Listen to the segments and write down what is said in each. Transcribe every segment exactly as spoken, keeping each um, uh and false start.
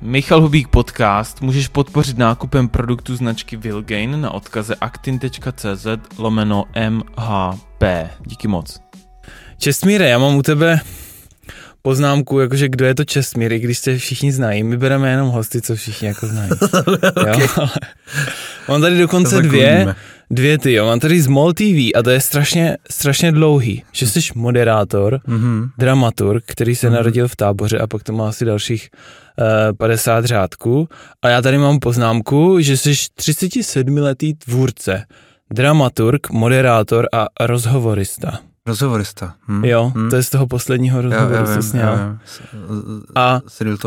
Michal Hubík podcast můžeš podpořit nákupem produktu značky Vilgain na odkaze actin.cz lomeno mhp. Díky moc. Čestmíre, já mám u tebe poznámku, jakože kdo je to Čestmír, i když se všichni znají. My bereme jenom hosty, co všichni jako znají. Okay. Jo, ale mám tady dokonce dvě, dvě ty, jo. Mám tady z MOL T V a to je strašně, strašně dlouhý, že jsi moderátor, mm-hmm. dramaturg, který se mm-hmm. narodil v Táboře a pak to má asi dalších uh, padesát řádků. A já tady mám poznámku, že jsi třicetisedmiletý tvůrce, dramaturg, moderátor a rozhovorista. Rozhovorista. Hm. Jo, hm. to je z toho posledního rozhovoru, já, já co jsi měl. A,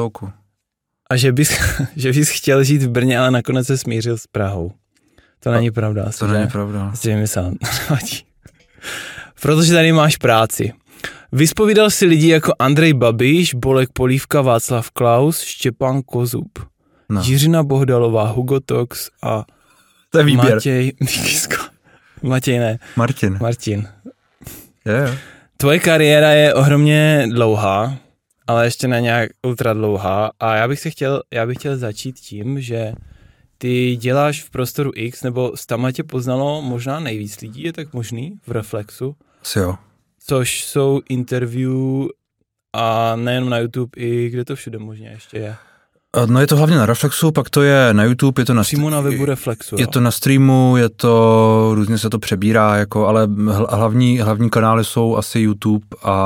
a že, bys, že bys chtěl žít v Brně, ale nakonec se smířil s Prahou. To není pravda. Asi, to že? není pravda. Jsi vymyslel. Protože tady máš práci. Vyspovídal si lidi jako Andrej Babiš, Bolek Polívka, Václav Klaus, Štěpán Kozub, no. Jiřina Bohdalová, Hugo Tox a to je výběr. Matěj... Matěj ne. Martin. Martin. Yeah. Tvoje kariéra je ohromně dlouhá, ale ještě ne nějak ultra dlouhá a já bych se chtěl, já bych chtěl začít tím, že ty děláš v Prostoru X, nebo s Tama tě poznalo možná nejvíc lidí, je tak možný, v Reflexu. Asi jo. Což jsou interview a nejen na YouTube, i kde to všude možně ještě je. No je to hlavně na Reflexu, pak to je na YouTube, je to na, Přímo na webu Reflexu, je jo? to na streamu, je to, různě se to přebírá, jako, ale hlavní, hlavní kanály jsou asi YouTube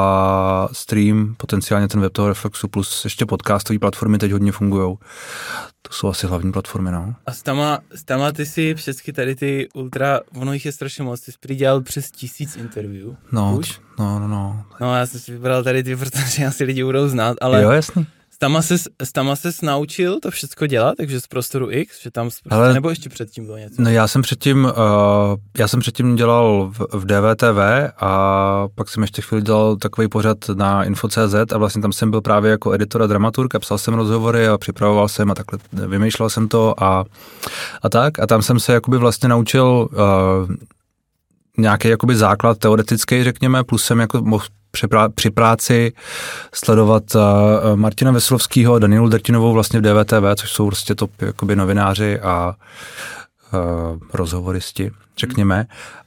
a stream, potenciálně ten web toho Reflexu, plus ještě podcastové platformy teď hodně fungujou. To jsou asi hlavní platformy, no. A s Tama, s Tama ty si všechny tady ty ultra, ono jich je strašně moc, ty jsi přidělal přes tisíc interview. No, už? no, no, no. No já jsem si vybral tady ty, protože asi lidi budou znát, ale... Jo, jasný. Tama ses, Tama ses naučil to všechno dělat, takže z Prostoru X, že tam prostě, ale, nebo ještě předtím bylo něco? No já jsem předtím, uh, já jsem předtím dělal v, v D V T V a pak jsem ještě chvíli dělal takový pořad na info tečka cé zet a vlastně tam jsem byl právě jako editor a dramaturg a psal jsem rozhovory a připravoval jsem a takhle vymýšlel jsem to a, a tak a tam jsem se jakoby vlastně naučil uh, nějaký jakoby základ teoretický, řekněme, plus jsem jako mohl při práci sledovat uh, Martina Veselovského a Danielu Drtinovou vlastně v D V T V, což jsou prostě top jakoby novináři a uh, rozhovoristi, řekněme.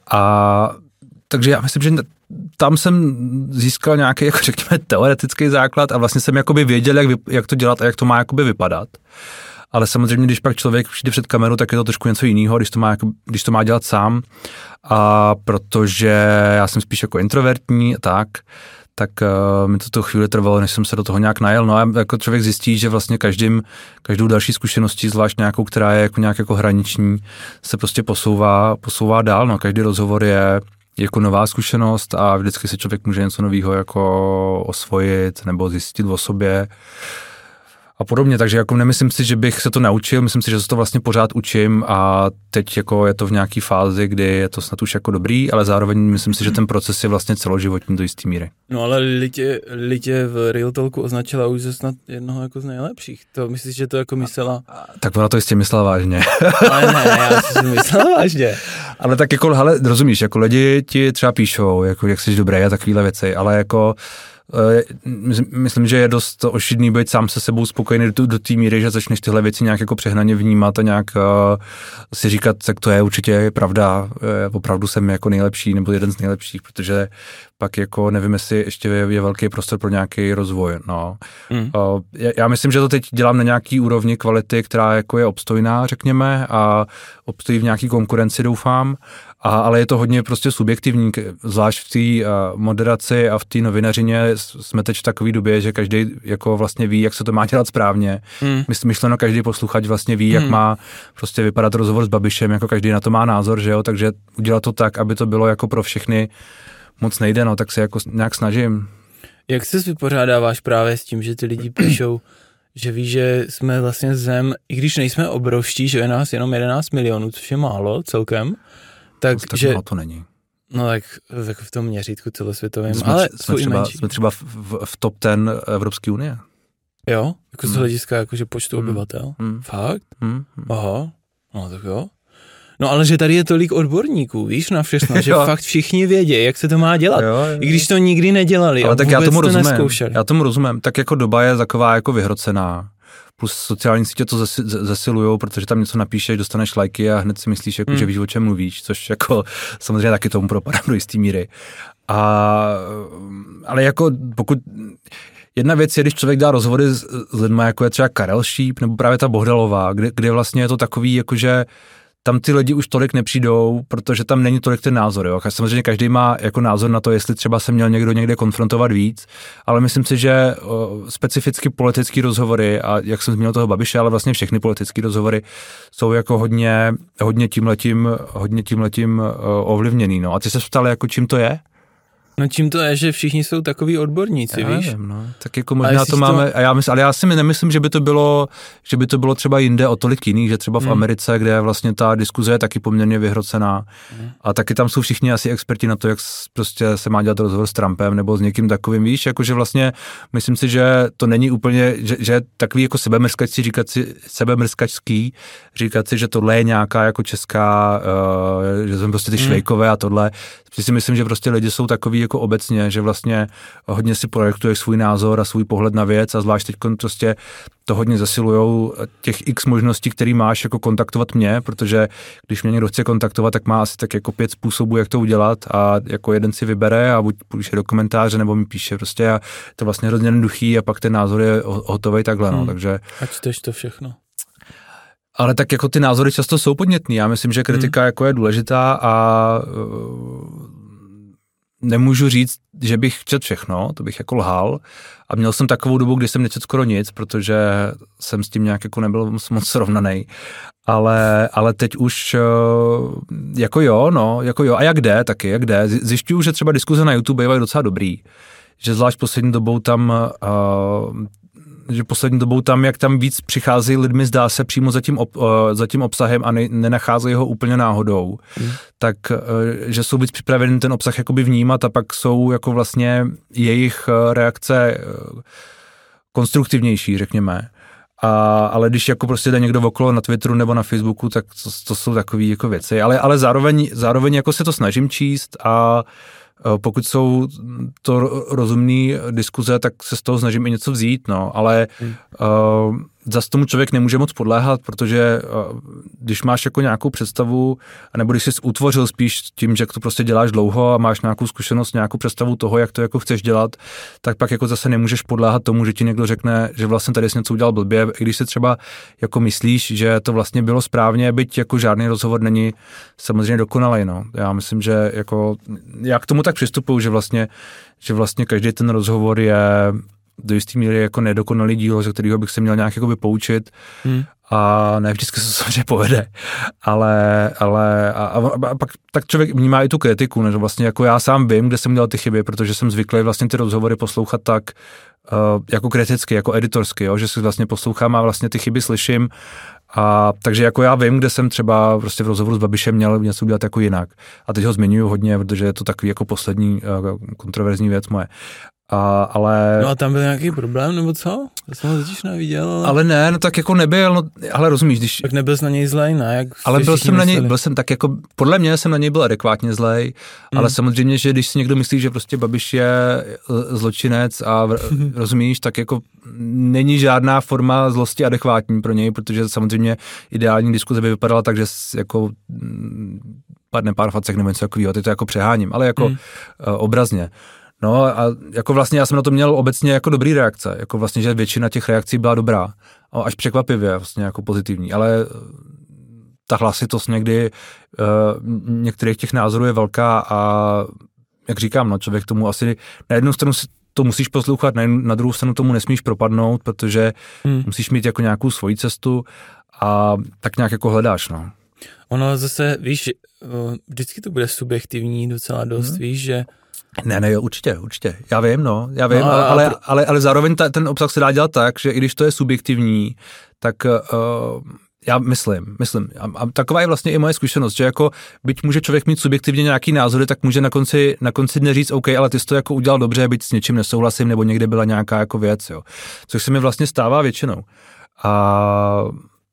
A takže já myslím, že tam jsem získal nějaký, jako řekněme, teoretický základ a vlastně jsem jakoby věděl, jak, jak to dělat a jak to má jakoby vypadat. Ale samozřejmě, když pak člověk přijde před kameru, tak je to trošku něco jiného, když to má, jako, když to má dělat sám. A protože já jsem spíš jako introvertní, tak, tak uh, mi to, to chvíli trvalo, než jsem se do toho nějak najel. No a jako člověk zjistí, že vlastně každým, každou další zkušeností, zvlášť nějakou, která je jako nějak jako hraniční, se prostě posouvá, posouvá dál. No, každý rozhovor je jako nová zkušenost a vždycky si člověk může něco nového jako osvojit nebo zjistit o sobě. A podobně, takže jako nemyslím si, že bych se to naučil, myslím si, že se to vlastně pořád učím a teď jako je to v nějaký fázi, kdy je to snad už jako dobrý, ale zároveň myslím si, že ten proces je vlastně celoživotní do jistý míry. No ale Litě, Litě v Real Talku označila už ze snad jednoho jako z nejlepších. To myslíš, že to jako myslela? Tak ona to jistě myslela vážně. Ale ne, já si to myslela vážně. Ale tak jako, hele, rozumíš, jako lidi ti třeba píšou, jako jak jsi dobrý a takovýhle věci, ale jako myslím, že je dost ošidný být sám se sebou spokojený do, do té míry, že začneš tyhle věci nějak jako přehnaně vnímat a nějak uh, si říkat, tak to je určitě pravda, opravdu jsem jako nejlepší nebo jeden z nejlepších, protože pak jako nevím, jestli ještě je, je velký prostor pro nějaký rozvoj. No. Mm. Uh, já, já myslím, že to teď dělám na nějaký úrovni kvality, která jako je obstojná, řekněme, a obstojí v nějaký konkurenci, doufám. A, ale je to hodně prostě subjektivní, zvlášť v té uh, moderaci a v té novinařině jsme teď v takové době, že každý jako vlastně ví, jak se to má dělat správně. Hmm. Myšleno, každý posluchač vlastně ví, hmm. jak má prostě vypadat rozhovor s Babišem, jako každý na to má názor, že jo, takže udělat to tak, aby to bylo jako pro všechny moc nejde, no, tak se jako nějak snažím. Jak se vypořádáváš právě s tím, že ty lidi píšou, že ví, že jsme vlastně zem, i když nejsme obrovští, že je nás jenom jedenáct milionů, což je málo celkem, tak, tak že... no, to není. No tak, tak v tom měřítku celosvětovém, jsme, ale jsme třeba, jsme třeba v, v, v top deset Evropské unie. Jo? Jako z hmm. hlediska jakože počtu hmm. obyvatel? Hmm. Fakt? Hmm. Aha, no tak jo. No ale že tady je tolik odborníků, víš, na všechno, že fakt všichni vědí, jak se to má dělat, jo, jo. I když to nikdy nedělali ale a tak vůbec já tomu to rozumím, neskoušeli. Já tomu rozumím, tak jako doba je taková jako vyhrocená. plus sociální sítě to zesilujou, protože tam něco napíšeš, dostaneš lajky a hned si myslíš, jako, hmm. že víš, o čem mluvíš, což jako samozřejmě taky tomu propadá do jistý míry. A, ale jako pokud... Jedna věc je, když člověk dá rozhovory s, s lidmi, jako je třeba Karel Šíp, nebo právě ta Bohdalová, kde, kde vlastně je to takový, jakože tam ty lidi už tolik nepřijdou, protože tam není tolik ten názor. Jo. Samozřejmě každý má jako názor na to, jestli třeba se měl někdo někde konfrontovat víc, ale myslím si, že o, specificky politický rozhovory, a jak jsem zmínil toho Babiše, ale vlastně všechny politické rozhovory jsou jako hodně, hodně tímhletím, hodně tímhletím o, ovlivněný. No. A ty se ptali, jako čím to je? No čím to je, že všichni jsou takový odborníci, já víš? Nevím, no. Tak jako možná to máme, to... A já mysl, ale já si nemyslím, že by to bylo, že by to bylo třeba jinde o tolik jiných, že třeba v hmm. Americe, kde vlastně ta diskuze je taky poměrně vyhrocená hmm. a taky tam jsou všichni asi experti na to, jak prostě se má dělat rozhovor s Trumpem nebo s někým takovým, víš, jakože vlastně myslím si, že to není úplně, že, že takový jako sebemrskačský říkat si, sebemrskačský říkat si, že tohle je nějaká jako česká, uh, že jsme prostě ty hmm. Švejkové a tohle. Si myslím, že prostě lidi jsou takový jako obecně, že vlastně hodně si projektuješ svůj názor a svůj pohled na věc a zvlášť teď prostě to hodně zasilujou těch x možností, který máš jako kontaktovat mě, protože když mě někdo chce kontaktovat, tak má asi tak jako pět způsobů, jak to udělat a jako jeden si vybere a buď píše do komentáře nebo mi píše prostě a to je vlastně hrozně jednoduchý a pak ten názor je hotový takhle, no, hmm. takže... A čteš to všechno. Ale tak jako ty názory často jsou podnětný. Já myslím, že kritika hmm. jako je důležitá a uh, nemůžu říct, že bych četl všechno, to bych jako lhal. A měl jsem takovou dobu, kdy jsem nečetl skoro nic, protože jsem s tím nějak jako nebyl moc srovnaný. Ale, ale teď už uh, jako jo, no, jako jo. A jak jde taky, jak jde. Zjišťuju, že třeba diskuze na YouTube bývají docela dobrý. Že zvlášť poslední dobou tam... Uh, že poslední dobou tam, jak tam víc přicházejí lidmi, zdá se přímo za tím, ob, za tím obsahem a ne, nenacházejí ho úplně náhodou, hmm. tak že jsou víc připraveni ten obsah jakoby vnímat a pak jsou jako vlastně jejich reakce konstruktivnější, řekněme. A, ale když jako prostě jde někdo okolo na Twitteru nebo na Facebooku, tak to, to jsou takové jako věci. Ale, ale zároveň, zároveň jako se to snažím číst a pokud jsou to rozumné diskuze, tak se z toho snažím i něco vzít, no, ale hmm. uh, zase tomu člověk nemůže moc podléhat, protože uh, když máš jako nějakou představu, nebo když jsi utvořil spíš tím, že to prostě děláš dlouho a máš nějakou zkušenost, nějakou představu toho, jak to jako chceš dělat, tak pak jako zase nemůžeš podléhat tomu, že ti někdo řekne, že vlastně tady jsi něco udělal blbě, i když si třeba jako myslíš, že to vlastně bylo správně, byť jako žádný rozhovor není samozřejmě dokonalý, no. Já myslím, že jako, já k tomu tak přistupuju, že vlastně, že vlastně každý ten rozhovor je do jistý míry jako nedokonalý dílo, ze kterého bych se měl nějak jakoby poučit hmm. a ne vždycky se samozřejmě povede, ale, ale a, a, a pak tak člověk vnímá i tu kritiku, ne, že vlastně jako já sám vím, kde jsem dělal ty chyby, protože jsem zvyklý vlastně ty rozhovory poslouchat tak uh, jako kriticky, jako editorsky, jo, že si vlastně poslouchám a vlastně ty chyby slyším. A takže jako já vím, kde jsem třeba prostě v rozhovoru s Babišem měl něco udělat jako jinak. A teď ho zmiňuji hodně, protože je to takový jako poslední uh, kontroverzní věc moje. A, ale... No a tam byl nějaký problém, nebo co? To jsem ho totiž neviděl, ale... Ale ne, no tak jako nebyl, no, ale rozumíš, když... Tak nebyl jsi na něj zlej, ne? Jak ale byl jsem na něj, byl jsem tak jako, podle mě jsem na něj byl adekvátně zlej, hmm. ale samozřejmě, že když si někdo myslí, že prostě Babiš je zločinec a rozumíš, tak jako není žádná forma zlosti adekvátní pro něj, protože samozřejmě ideální diskuze by vypadala tak, že jako padne pár facek nebo něco takového, teď to jako přeháním, ale jako hmm. obrazně. No a jako vlastně já jsem na to měl obecně jako dobrý reakce, jako vlastně, že většina těch reakcí byla dobrá, až překvapivě vlastně jako pozitivní, ale ta hlasitost někdy uh, některých těch názorů je velká a jak říkám, no člověk tomu asi na jednu stranu si to musíš poslouchat, na, na druhou stranu tomu nesmíš propadnout, protože hmm. musíš mít jako nějakou svoji cestu a tak nějak jako hledáš, no. Ono zase, víš, vždycky to bude subjektivní docela dost, hmm. víš, že Ne, ne, určitě, určitě. Já vím, no, já vím, no, ale, ale, ale, ale zároveň ta, ten obsah se dá dělat tak, že i když to je subjektivní, tak uh, já myslím, myslím. A, a taková je vlastně i moje zkušenost, že jako byť může člověk mít subjektivně nějaký názory, tak může na konci, na konci dne říct, OK, ale ty jsi to jako udělal dobře, byť s něčím nesouhlasím, nebo někde byla nějaká jako věc, jo. Což se mi vlastně stává většinou. A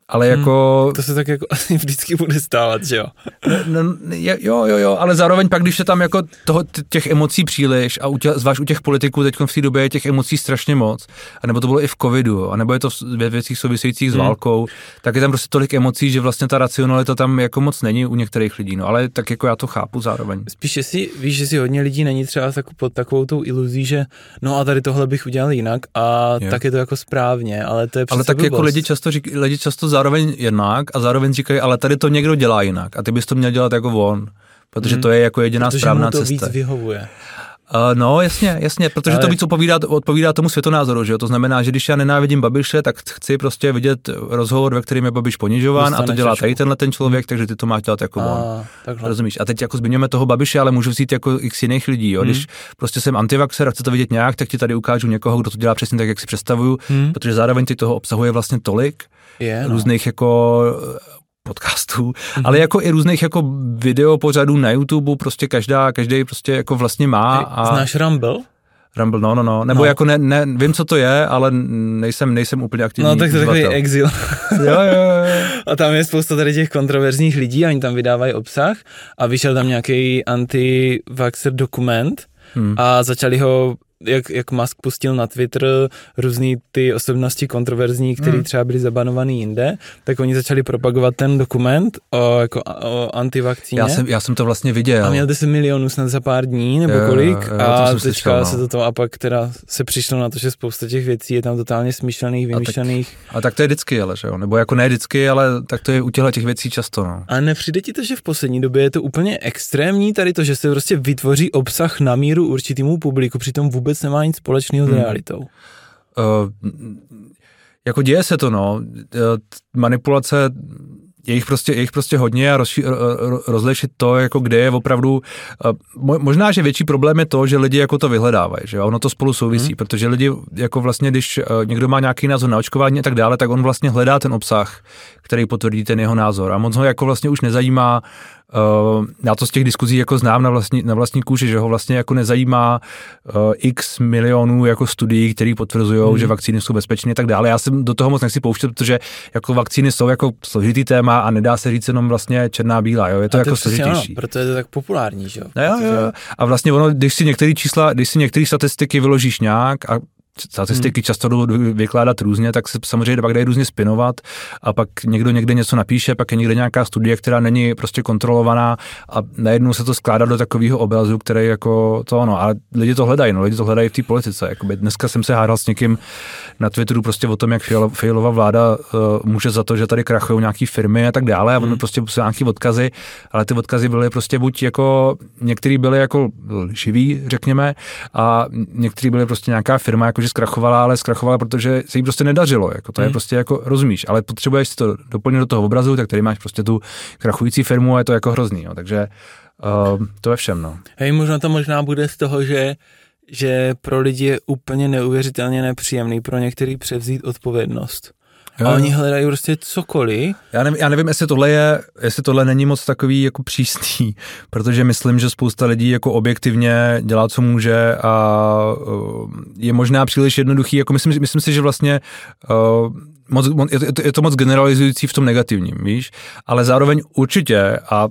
Ale jako... Hmm, to se tak jako asi vždycky bude stávat, že jo? No, no, jo, jo, jo, ale zároveň pak, když je tam jako toho, těch emocí příliš a u těch, zvlášť u těch politiků teď v té době je těch emocí strašně moc, anebo to bylo i v covidu, anebo je to ve věcích souvisejících s válkou, hmm. tak je tam prostě tolik emocí, že vlastně ta racionalita tam jako moc není u některých lidí, no, ale tak jako já to chápu zároveň. Spíš, že si, víš, že si hodně lidí není třeba tak, pod takovou tou iluzí, že no a tady tohle bych udělal jinak a jo. tak je to jako správně, ale to je přece ale tak blbost. Jako lidi často, řík, lidi často zároveň jinak a zároveň říkají, ale tady to někdo dělá jinak a ty bys to měl dělat jako on, protože to je jako jediná protože správná cesta. Protože mu to cesta. víc vyhovuje. Uh, no jasně, jasně, protože ale... to víc odpovídá, odpovídá tomu světonázoru, že jo, to znamená, že když já nenávidím Babiše, tak chci prostě vidět rozhovor, ve kterém je Babiš ponižován Dostane a to dělá tady tenhle ten člověk, takže ty to máš dělat jako a, on. Takhle. Rozumíš? A teď jako zmiňujeme toho Babiše, ale můžu vzít jako x jiných lidí, jo, hmm. když prostě jsem antivaxer a chci to vidět nějak, tak ti tady ukážu někoho, kdo to dělá přesně tak, jak si představuju, hmm. protože zároveň ty toho obsahuje vlastně tolik je, no. různých jako podcastů, mm-hmm. ale jako i různých jako videopořadů na YouTube, prostě každá, každý prostě jako vlastně má. A... Znáš Rumble? Rumble, no, no, no. Nebo no. jako ne, ne, vím, co to je, ale nejsem, nejsem úplně aktivní. No, tak to je takový exil. jo, jo, jo. A tam je spousta tady těch kontroverzních lidí a oni tam vydávají obsah a vyšel tam nějaký anti-vaxxer dokument hmm. a začali ho Jak, jak Musk pustil na Twitter různý ty osobnosti kontroverzní, které hmm. třeba byly zabanovaný jinde, tak oni začali propagovat ten dokument o, jako, o antivakcíně. Já jsem, já jsem to vlastně viděl. A měl deset milionů snad za pár dní, nebo jo, kolik. Jo, a teďka slyšel, no. se to to, a pak teda se přišlo na to, že spousta těch věcí je tam totálně smyšlených, vymyšlených. A tak, a tak to je vždycky, ale že jo? Nebo jako ne vždycky, ale tak to je u těchto těch věcí často, no. A nepřijde ti to, že v poslední době je to úplně extrémní tady to, že se prostě vytvoří obsah na míru určitýmu publiku, přitom vůbec nemá nic společného hmm. s realitou. Uh, jako děje se to, no. Manipulace, je jich prostě, je jich prostě hodně a rozši, rozlišit to, jako kde je opravdu, uh, možná, že větší problém je to, že lidi jako to vyhledávají, že ono to spolu souvisí, hmm. protože lidi jako vlastně, když uh, někdo má nějaký názor na očkování a tak dále, tak on vlastně hledá ten obsah, který potvrdí ten jeho názor a moc ho jako vlastně už nezajímá. Uh, já to z těch diskuzí jako znám na vlastní, na vlastní kůži, že ho vlastně jako nezajímá uh, x milionů jako studií, které potvrzují, hmm. že vakcíny jsou bezpečné a tak dále. Já se do toho moc nechci pouštět, protože jako vakcíny jsou jako složitý téma a nedá se říct jenom vlastně černá bílá, jo, je to a jako to složitější. Ano, proto je to tak populární, že jo. No, jo, jo. A vlastně ono, když si některé čísla, když si některé statistiky vyložíš nějak a statistiky hmm. často jdou vykládat různě, tak se samozřejmě pak dají různě spinovat a pak někdo někde něco napíše, pak je někde nějaká studie, která není prostě kontrolovaná a najednou se to skládá do takového obrazu, který jako to ono, ale lidi to hledají, no, lidi to hledají v té politice. Jakoby dneska jsem se hádal s někým na Twitteru prostě o tom, jak Fialova vláda uh, může za to, že tady krachují nějaký firmy a tak dále a hmm. on prostě posílá nějaký odkazy, ale ty odkazy byly prostě buď jako, některý byly jako lživý, řekněme, a některý byly prostě nějaká firma, jako že zkrachovala, ale zkrachovala, protože se jí prostě nedařilo, jako to hmm. je prostě jako, rozumíš, ale potřebuješ si to doplnit do toho obrazu, tak tady máš prostě tu krachující firmu a je to jako hrozný, jo, takže uh, to je všem, no. Hej, možná to možná bude z toho, že že pro lidi je úplně neuvěřitelně nepříjemný pro některý převzít odpovědnost. Jo. A oni hledají prostě cokoliv. Já nevím, já nevím, jestli tohle je, jestli tohle není moc takový jako přísný, protože myslím, že spousta lidí jako objektivně dělá, co může a je možná příliš jednoduchý, jako myslím, myslím si, že vlastně uh, moc, je, to, je to moc generalizující v tom negativním, víš, ale zároveň určitě a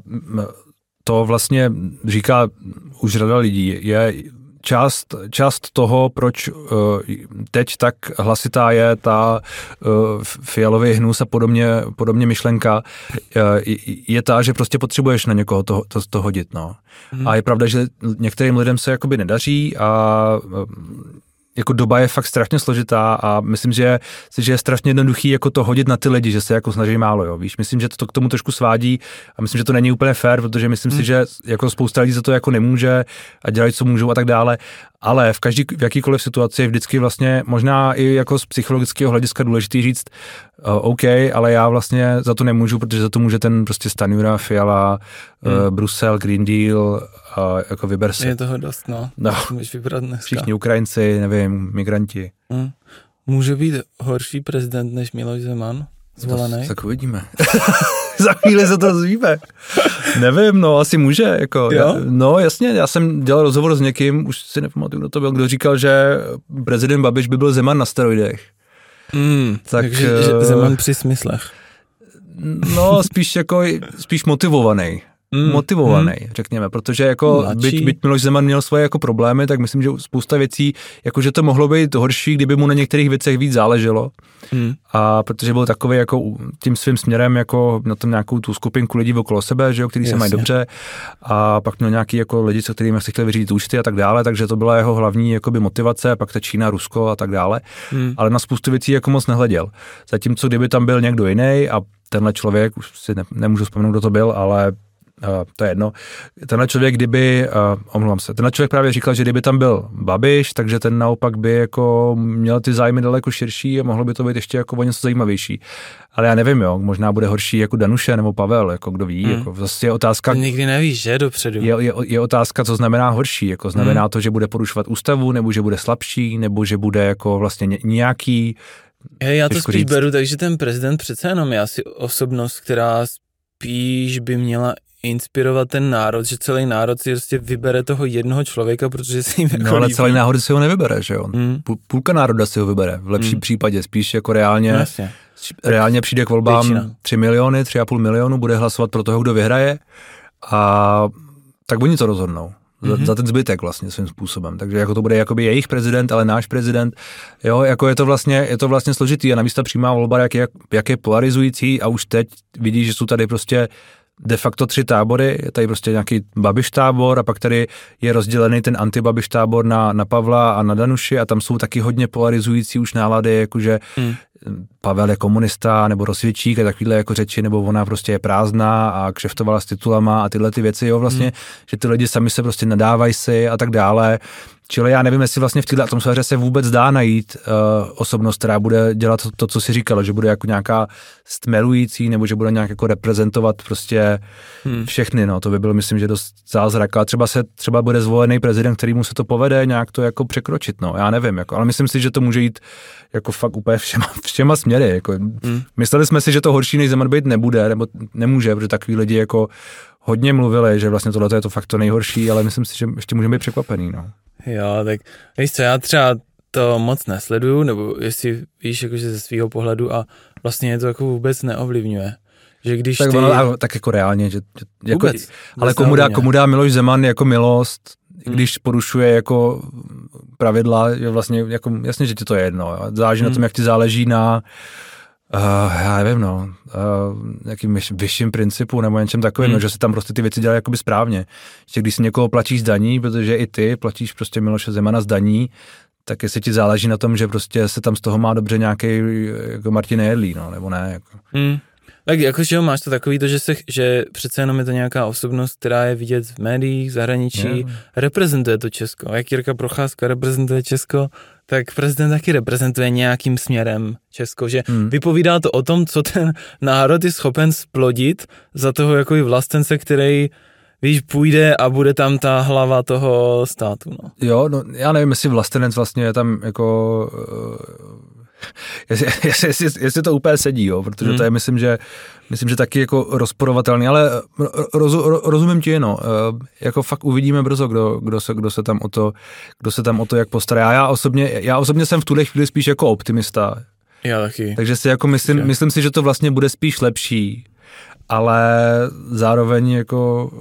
to vlastně říká už řada lidí, je Část, část toho, proč uh, teď tak hlasitá je ta uh, Fialový hnus a podobně, podobně myšlenka, uh, je ta, že prostě potřebuješ na někoho to, to, to hodit. No. Hmm. A je pravda, že některým lidem se jakoby nedaří a uh, jako doba je fakt strašně složitá a myslím, že, že je strašně jednoduchý jako to hodit na ty lidi, že se jako snaží málo, jo, víš. Myslím, že to k tomu trošku svádí a myslím, že to není úplně fair, protože myslím hmm. si, že jako spousta lidí za to jako nemůže a dělají, co můžou a tak dále, ale v každý, v jakýkoliv situaci je vždycky vlastně možná i jako z psychologického hlediska důležitý říct uh, OK, ale já vlastně za to nemůžu, protože za to může ten prostě Stanjura, Fiala, hmm. uh, Brusel, Green Deal a jako vyber se. Je toho dost, no. no. Můžeš vybrat dneska. Všichni Ukrajinci, nevím, migranti. Hmm. Může být horší prezident než Miloš Zeman? Zvolený? Tak uvidíme. Za chvíli se to dozvíme. Nevím, no, asi může. Jako, já, no, jasně, já jsem dělal rozhovor s někým, už si nepamatuju, kdo to byl, kdo říkal, že prezident Babiš by byl Zeman na steroidech. Mm, tak, takže že Zeman při smyslech. No, spíš jako, spíš motivovaný. Mm, motivovaný, mm. řekněme, protože jako byť, byť Miloš Zeman měl svoje jako problémy, tak myslím, že spousta věcí, jakože to mohlo být horší, kdyby mu na některých věcech víc záleželo. Mm. A protože byl takový jako tím svým směrem jako na tom nějakou tu skupinku lidí okolo sebe, že jo, který se mají dobře, a pak měl nějaký jako lidi, se kterými se chtěli vyřídit účty a tak dále, takže to byla jeho hlavní jakoby motivace, a pak ta Čína, Rusko a tak dále. Mm. Ale na spoustu věcí jako moc nehleděl. Zatímco kdyby tam byl někdo jiný a tenhle člověk, už si ne, nemůžu vzpomenout, kdo to byl, ale Uh, to je jedno. Tenhle člověk, kdyby, uh, omlouvám se, tenhle člověk právě říkal, že kdyby tam byl Babiš, takže ten naopak by jako měl ty zájmy daleko širší a mohlo by to být ještě jako o něco zajímavější. Ale já nevím, jo, možná bude horší jako Danuše nebo Pavel, jako kdo ví, hmm. jako zase je otázka. To nikdy nevíš, že, dopředu. Je, je, je otázka, co znamená horší, jako znamená hmm. to, že bude porušovat ústavu, nebo že bude slabší, nebo že bude jako vlastně nějaký. Hej, já to spíš říct. beru, takže ten prezident přece jenom je asi osobnost, která spíš by měla inspirovat ten národ, že celý národ si prostě vybere toho jednoho člověka, protože si jim jako No ale líbí. celý národ si ho nevybere, že jo? Mm. Půlka národa si ho vybere, v lepším mm. případě, spíš jako reálně, no, reálně přijde k volbám většina. tři miliony, tři a půl milionu, bude hlasovat pro toho, kdo vyhraje, a tak oni to rozhodnou. Za, mm-hmm. za ten zbytek vlastně svým způsobem. Takže jako to bude jakoby jejich prezident, ale náš prezident. Jo, jako je to vlastně, je to vlastně složitý a navíc ta přímá volba, jak je, jak je polarizující, a už teď vidíš, že jsou tady prostě de facto tři tábory, je tady prostě nějaký Babiš tábor a pak tady je rozdělený ten anti-Babiš tábor na, na Pavla a na Danuši a tam jsou taky hodně polarizující už nálady, jakože hmm. Pavel je komunista nebo rozvědčík a takovýhle jako řeči, nebo ona prostě je prázdná a kšeftovala s titulama a tyhle ty věci, jo, vlastně, hmm. že ty lidi sami se prostě nadávají si a tak dále. Čili já nevím, jestli vlastně v této atmosféře se vůbec dá najít uh, osobnost, která bude dělat to, to, co si říkala, že bude jako nějaká stmelující, nebo že bude nějak jako reprezentovat prostě hmm. všechny, no, to by bylo, myslím, že dost zázrak, ale třeba se, třeba bude zvolený prezident, kterýmu se to povede nějak to jako překročit, no, já nevím, jako, ale myslím si, že to může jít jako fakt úplně všema, všema směry, jako, hmm. mysleli jsme si, že to horší než Zeman být nebude, nebo nemůže, protože takový lidi jako hodně mluvili, že vlastně tohle je to fakt to nejhorší, ale myslím si, že ještě můžeme být překvapený, no. Jo, tak víš co, já třeba to moc nesleduju, nebo jestli víš, jakože ze svého pohledu a vlastně to jako vůbec neovlivňuje. Že když tak, ty... ono, tak jako reálně, že, jako, vůbec, ale komu dá, komu dá Miloš Zeman jako milost, hmm. když porušuje jako pravidla, je vlastně jako, jasně, že ti to je jedno, jo. Záleží hmm. na tom, jak ti záleží na Uh, já nevím, no, uh, nějakým vyšším principu nebo něčem takovým, hmm. no, že se tam prostě ty věci dělají jakoby správně. Že když si někoho platíš z daní, protože i ty platíš prostě Miloše Zemana z daní, tak jestli ti záleží na tom, že prostě se tam z toho má dobře nějaký jako Martin Nejedlý, no, nebo ne. Jako. Hmm. Tak jakože jo, máš to takový to, že, se, že přece jenom je to nějaká osobnost, která je vidět v médiích, v zahraničí, yeah. reprezentuje to Česko. Jak Jirka Procházka reprezentuje Česko, tak prezident taky reprezentuje nějakým směrem Česko, že hmm. vypovídá to o tom, co ten národ je schopen splodit za toho jako vlastence, který, víš, půjde a bude tam ta hlava toho státu. No. Jo, no já nevím, jestli vlastenec vlastně je tam jako... Uh... Jestli, jestli, jestli, jestli to úplně sedí, jo, protože hmm. to je, myslím, že myslím, že taky jako rozporovatelný, ale roz, rozumím ti jenom, jako fakt uvidíme brzo, kdo, kdo, se, kdo se tam o to, kdo se tam o to jak postará. Já osobně, já osobně jsem v tuhle chvíli spíš jako optimista. Já taky. Takže si jako myslím, okay. myslím si, že to vlastně bude spíš lepší, ale zároveň jako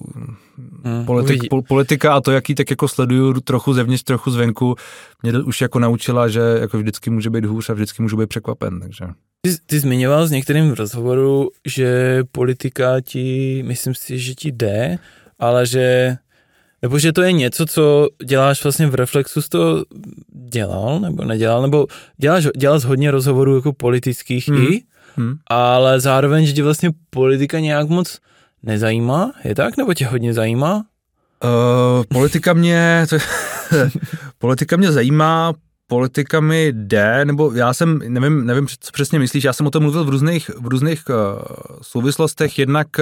hmm, politik, po, politika a to, jaký tak jako sleduju trochu zevnitř, trochu zvenku, mě už jako naučila, že jako vždycky může být hůř a vždycky můžu být překvapen, takže. Ty, ty zmiňoval s některým v rozhovoru, že politika ti, myslím si, že ti jde, ale že, nebo že to je něco, co děláš vlastně v Reflexu, jsi to dělal, nebo nedělal, nebo děláš, děláš hodně rozhovorů jako politických hmm. i, hmm. ale zároveň, že tě vlastně politika nějak moc nezajímá, je tak, nebo tě hodně zajímá? Uh, politika mě, to, politika mě zajímá, politika mi jde, nebo já jsem, nevím, nevím, co přesně myslíš, já jsem o tom mluvil v různých, v různých uh, souvislostech, jednak uh,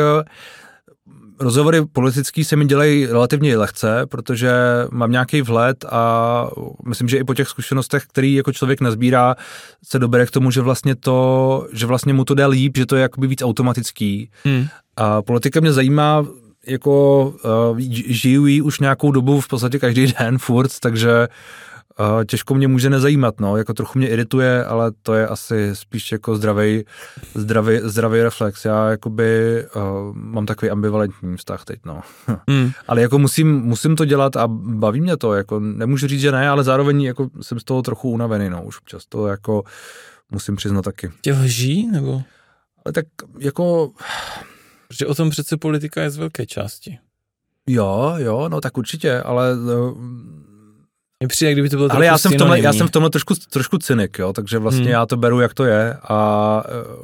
rozhovory politický se mi dělají relativně lehce, protože mám nějaký vhled a myslím, že i po těch zkušenostech, který jako člověk nazbírá, se dobere k tomu, že vlastně to, že vlastně mu to jde líp, že to je jakoby víc automatický. Hmm. A politika mě zajímá, jako uh, žiju jí už nějakou dobu v podstatě každý den furt, takže uh, těžko mě může nezajímat, no, jako trochu mě irituje, ale to je asi spíš jako zdravej, zdravej, zdravej reflex. Já jakoby uh, mám takový ambivalentní vztah teď, no. Mm. Ale jako musím, musím to dělat a baví mě to, jako nemůžu říct, že ne, ale zároveň jako jsem z toho trochu unavený, no, už občas to jako musím přiznat taky. Tě lží, nebo? Ale tak jako... Protože o tom přece politika je z velké části. Jo, jo, no tak určitě, ale... Mně přijde, kdyby to bylo ale já jsem, v tomhle, já jsem v tomhle trošku, trošku cynik, jo, takže vlastně hmm. já to beru, jak to je a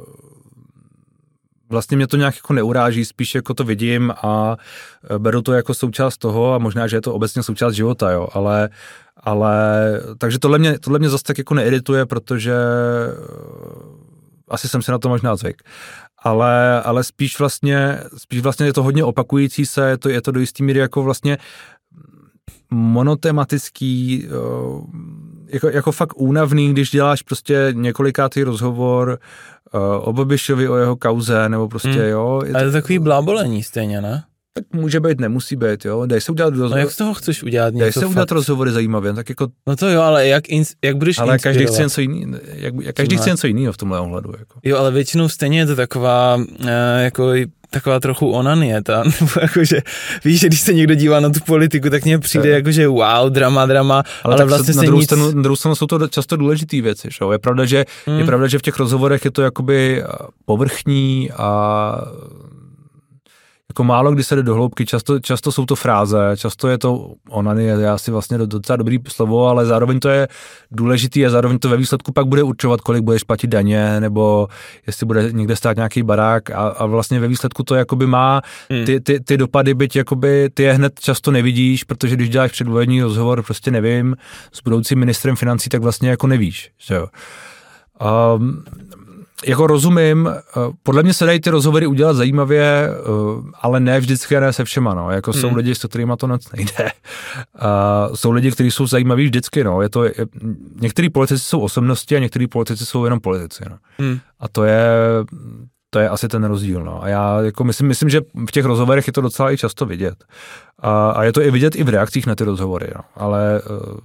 vlastně mě to nějak jako neuráží, spíš jako to vidím a beru to jako součást toho a možná, že je to obecně součást života, jo, ale, ale takže tohle mě, tohle mě zase tak jako neirituje, protože asi jsem si na to možná zvyk. Ale, ale spíš vlastně, spíš vlastně je to hodně opakující se, je to, je to do jistý míry jako vlastně monotematický, jako, jako fakt únavný, když děláš prostě několikátý rozhovor o Babišovi, o jeho kauze, nebo prostě, hmm. jo. Je ale to takový blábolení stejně, ne? Tak může být, nemusí být, jo. Dej se udělat rozhovor. No jak z toho chceš udělat něco? Dej se udělat rozhovory zajímavě, tak jako... No to jo, ale jak, ins, jak budeš ale inspirovat? Ale každý chce něco jiný, jak, jak každý chce něco jiného v tomhle ohledu, jako. Jo, ale většinou stejně je to taková, jako taková trochu onanie, ta, nebo jakože, víš, že když se někdo dívá na tu politiku, tak mně přijde je. Jakože wow, drama, drama, ale, ale vlastně se, na druhou nic... stranu, na druhou stranu jsou to často důležitý věci, šo? Je pravda, že, hmm. je pravda, že v těch rozhovorech je to jakoby povrchní a jako málo kdy se jde do hloubky, často, často jsou to fráze, často je to onany, je asi vlastně docela dobrý slovo, ale zároveň to je důležitý a zároveň to ve výsledku pak bude určovat, kolik budeš platit daně, nebo jestli bude někde stát nějaký barák a, a vlastně ve výsledku to jakoby má ty, ty, ty dopady, byť jakoby ty je hned často nevidíš, protože když děláš předvolební rozhovor, prostě nevím, s budoucím ministrem financí, tak vlastně jako nevíš, že jo. Um, Jako rozumím, podle mě se dají ty rozhovory udělat zajímavě, ale ne vždycky a ne se všema, no. Jako hmm. jsou lidi, s kterými to noc nejde. Uh, jsou lidi, kteří jsou zajímaví vždycky, no. Je to, je, některý politici jsou osobnosti a některý politici jsou jenom politici, no. Hmm. A to je, to je asi ten rozdíl, no. A já jako myslím, myslím, že v těch rozhovorech je to docela i často vidět. A, a je to i vidět i v reakcích na ty rozhovory, no. Ale uh,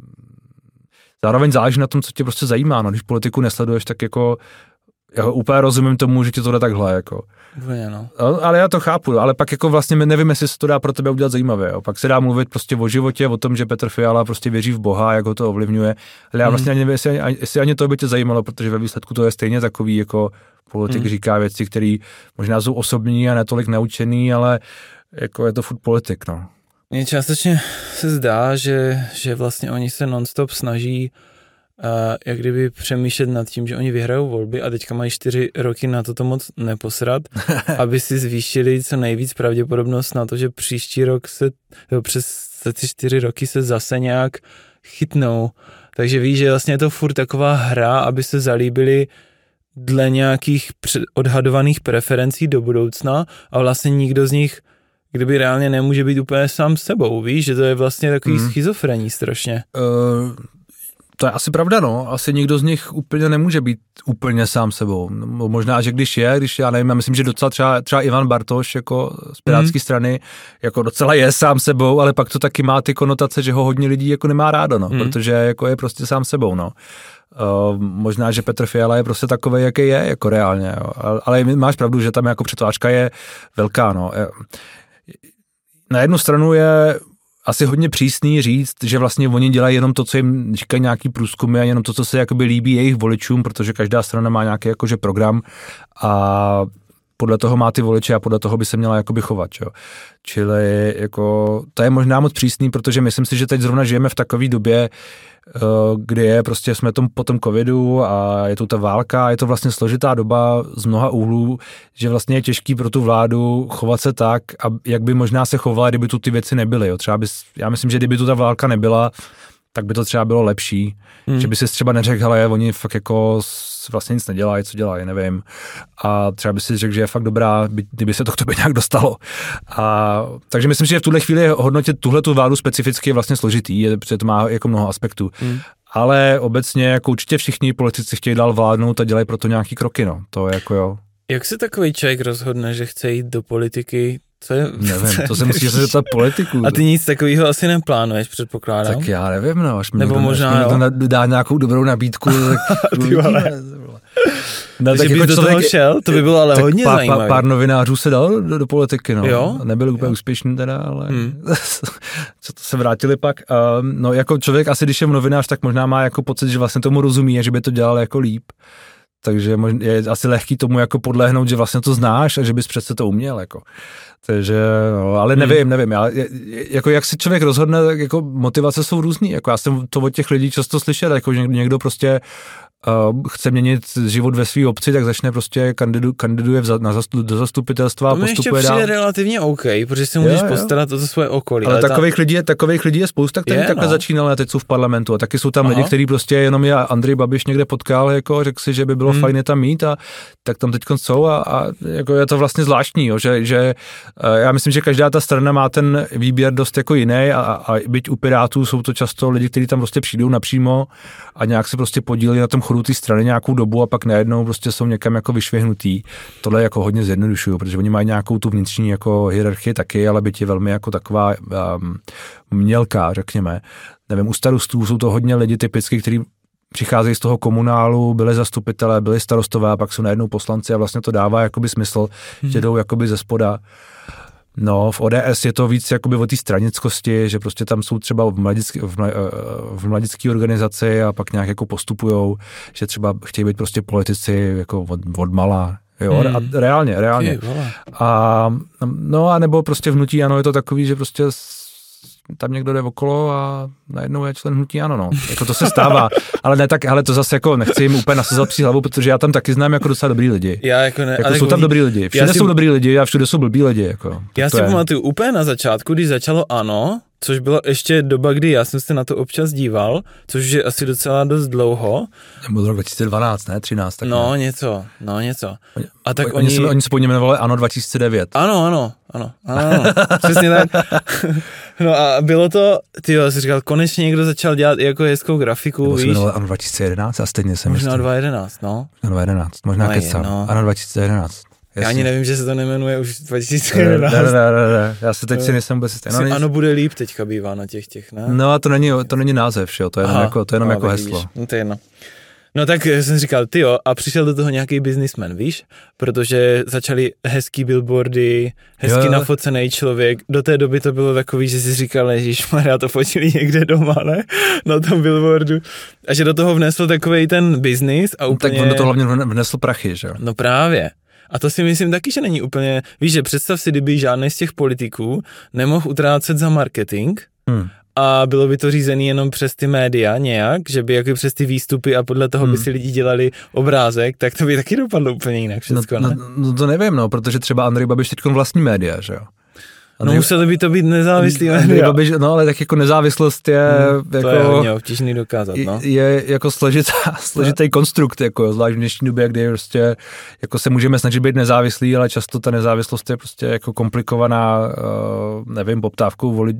zároveň záleží na tom, co tě prostě zajímá, no. Když politiku nesleduješ, tak jako já úplně rozumím tomu, že ti to jde takhle, jako. Úplně, no. Ale já to chápu, ale pak jako vlastně nevím, jestli se to dá pro tebe udělat zajímavě, jo. Pak se dá mluvit prostě o životě, o tom, že Petr Fiala prostě věří v Boha, jak ho to ovlivňuje, ale já vlastně hmm. ani nevím, jestli, jestli ani to by tě zajímalo, protože ve výsledku to je stejně takový, jako politik hmm. říká věci, které možná jsou osobní a netolik naučený, ale jako je to furt politik, no. Mně částečně se zdá, že, že vlastně oni se non-stop snaží Uh, jak kdyby přemýšlet nad tím, že oni vyhrajou volby a teďka mají čtyři roky na to to moc neposrat, aby si zvýšili co nejvíc pravděpodobnost na to, že příští rok se, jo, přes ty čtyři roky se zase nějak chytnou. Takže víš, že vlastně je to furt taková hra, aby se zalíbili dle nějakých odhadovaných preferencí do budoucna a vlastně nikdo z nich kdyby reálně nemůže být úplně sám sebou, víš, že to je vlastně takový mm. schizofrení strašně. Uh... To je asi pravda, no. Asi nikdo z nich úplně nemůže být úplně sám sebou. No, možná, že když je, když já nevím, já myslím, že docela třeba, třeba Ivan Bartoš jako z pirátské mm. strany jako docela je sám sebou, ale pak to taky má ty konotace, že ho hodně lidí jako nemá rádo, no, mm. protože jako je prostě sám sebou, no. Uh, možná, že Petr Fiala je prostě takovej, jaký je, jako reálně, jo. Ale, ale máš pravdu, že tam jako přetvářka je velká, no. Na jednu stranu je asi hodně přísný říct, že vlastně oni dělají jenom to, co jim říkají nějaký průzkumy a jenom to, co se jakoby líbí jejich voličům, protože každá strana má nějaký jakože program a podle toho má ty voliče a podle toho by se měla jakoby chovat, jo. Čili jako to je možná moc přísný, protože myslím si, že teď zrovna žijeme v takové době, kdy je prostě jsme tom po tom covidu a je tu ta válka a je to vlastně složitá doba z mnoha úhlů, že vlastně je těžký pro tu vládu chovat se tak, a jak by možná se chovala, kdyby tu ty věci nebyly, jo. Třeba by, já myslím, že kdyby tu ta válka nebyla, tak by to třeba bylo lepší, hmm. že by si třeba neřekl, ale oni fakt jako vlastně nic nedělají, co dělají, nevím. A třeba by si řekl, že je fakt dobrá, kdyby se to k tobě nějak dostalo. A, takže myslím, že v tuhle chvíli hodnotit tuhle tu vládu specificky je vlastně složitý, protože to má jako mnoho aspektů. Hmm. Ale obecně jako určitě všichni politici chtějí dál vládnout a dělají proto nějaký kroky, no. To je jako jo. Jak se takový člověk rozhodne, že chce jít do politiky? Co je, nevím, co to se musíš zeptat politiků. A ty nic takového asi neplánuješ, předpokládám? Tak já nevím, no, až mi Nebo někdo, možná, až mi někdo dá nějakou dobrou nabídku, tak uvidíme. No, tak bys jako do člověk, toho šel? To by bylo ale hodně pár, zajímavé. Pár novinářů se dal do, do politiky, no. Jo? Nebyli úplně jo. úspěšní teda, ale hmm. co to se vrátili pak. Um, no jako člověk asi, když je novinář, tak možná má jako pocit, že vlastně tomu rozumí a že by to dělal jako líp. Takže je asi lehký tomu jako podlehnout, že vlastně to znáš a že bys přece to uměl, jako. Takže, no, ale nevím, hmm. nevím, já, jako jak si člověk rozhodne, tak jako motivace jsou různý, jako já jsem to od těch lidí často slyšel, jako že někdo prostě uh, chce měnit život ve své obci, tak začne prostě kandidu, kandiduje v, na zastup, do zastupitelstva a postupuje dál. To mi ještě přijde relativně OK, protože si můžeš jo, postarat jo. o to svoje okolí. Ale, ale takových, ta... lidí je, takových lidí je spousta, kteří je, takhle no. začínali a teď jsou v parlamentu a taky jsou tam Aha. lidi, kteří prostě jenom je Andrej Babiš někde potkal, jako řekl si, že by bylo hmm. fajn je tam mít a tak tam teďkon jsou a, a jako je to vlastně zvláštní, jo, že, že já myslím, že každá ta strana má ten výběr dost jako jiný a, a byť u Pirátů jsou to často lidi, kteří tam prostě přijdou napřímo a nějak se prostě podílí na tom chodu té strany nějakou dobu a pak najednou prostě jsou někam jako vyšvihnutý. Tohle jako hodně zjednodušují, protože oni mají nějakou tu vnitřní jako hierarchii taky, ale byť je velmi jako taková um, mělká, řekněme. Nevím, u starostů jsou to hodně lidi typicky, kteří přicházejí z toho komunálu, byli zastupitelé, byli starostové a pak jsou najednou poslanci a vlastně to dává jakoby smysl, hmm. že jdou jakoby ze spoda. No, v O D S je to víc jakoby o té stranickosti, že prostě tam jsou třeba v mladické v, v mladické organizaci a pak nějak jako postupujou, že třeba chtějí být prostě politici jako od, od mala, jo, hmm. a reálně, reálně. A no a nebo prostě v hnutí ANO je to takový, že prostě tam někdo jde okolo a najednou je člen hnutí ANO, no. Jako to se stává, ale ne tak, ale to zase jako nechci jim úplně nasazat při hlavu, protože já tam taky znám jako docela dobrý lidi. Já jako ne, jako ale jsou tam oni, dobrý lidi, všude si, jsou dobrý lidi a všude jsou blbý lidi, jako. Já si pamatuju úplně na začátku, když začalo ANO, což byla ještě doba, kdy já jsem se na to občas díval, což je asi docela dost dlouho. Nebo rok dva tisíce dvanáct, ne? třináct. Tak no ne. něco, no něco. A tak oni, oni... Se, oni se pojmenovali ANO dva tisíce devět. Ano, ano, ano, ano, přesně tak. No a bylo to, tyjo, jsi říkal, konečně někdo začal dělat i jako hezkou grafiku, nebo víš? Nebo se jmenovali ANO dva tisíce jedenáct a stejně jsem Možná dva tisíce jedenáct, no. Možná dva tisíce jedenáct, možná kecám. No. ANO dva tisíce jedenáct. Jasně. Já ani nevím, že se to nemenuje už dva tisíce jedenáct. Ne, ne, ne, ne. Já se teď si nejsem vůbec jistý. No, ano, bude líp teďka bývá na těch těch, ne? No a to není, to není název, že jo, to je jenom Aha, jako, to je jenom no, jako heslo. No to je jedno. No tak jsem říkal, tyjo, a přišel do toho nějaký businessman, víš? Protože začaly hezký billboardy, hezky jo. nafocený člověk. Do té doby to bylo takový, že si říkal, ježišmarja, to fotili někde doma, ne? Na tom billboardu. A že do toho vnesl takovej ten business a úplně... Tak on do toho hlavně vnesl prachy, že jo? No právě. A to si myslím taky, že není úplně... Víš, že představ si, kdyby žádný z těch politiků nemohl utrácet za marketing, hmm. a bylo by to řízený jenom přes ty média nějak, že by jako přes ty výstupy a podle toho hmm. by si lidi dělali obrázek, tak to by taky dopadlo úplně jinak všechno, no, ne? No, no to nevím, no, protože třeba Andrej Babiš teď vlastní média, že jo? Andrej... No museli by to být nezávislý média. Babiš, no ale tak jako nezávislost je... Hmm, to jako, je hodně obtížný dokázat, no. Je, je jako složitá, složitý konstrukt, jako zvlášť v dnešní době, kdy prostě jako se můžeme snažit být nezávislí, ale často ta nezávislost je prostě jako komplikovaná, uh, nevím, poptávkou voli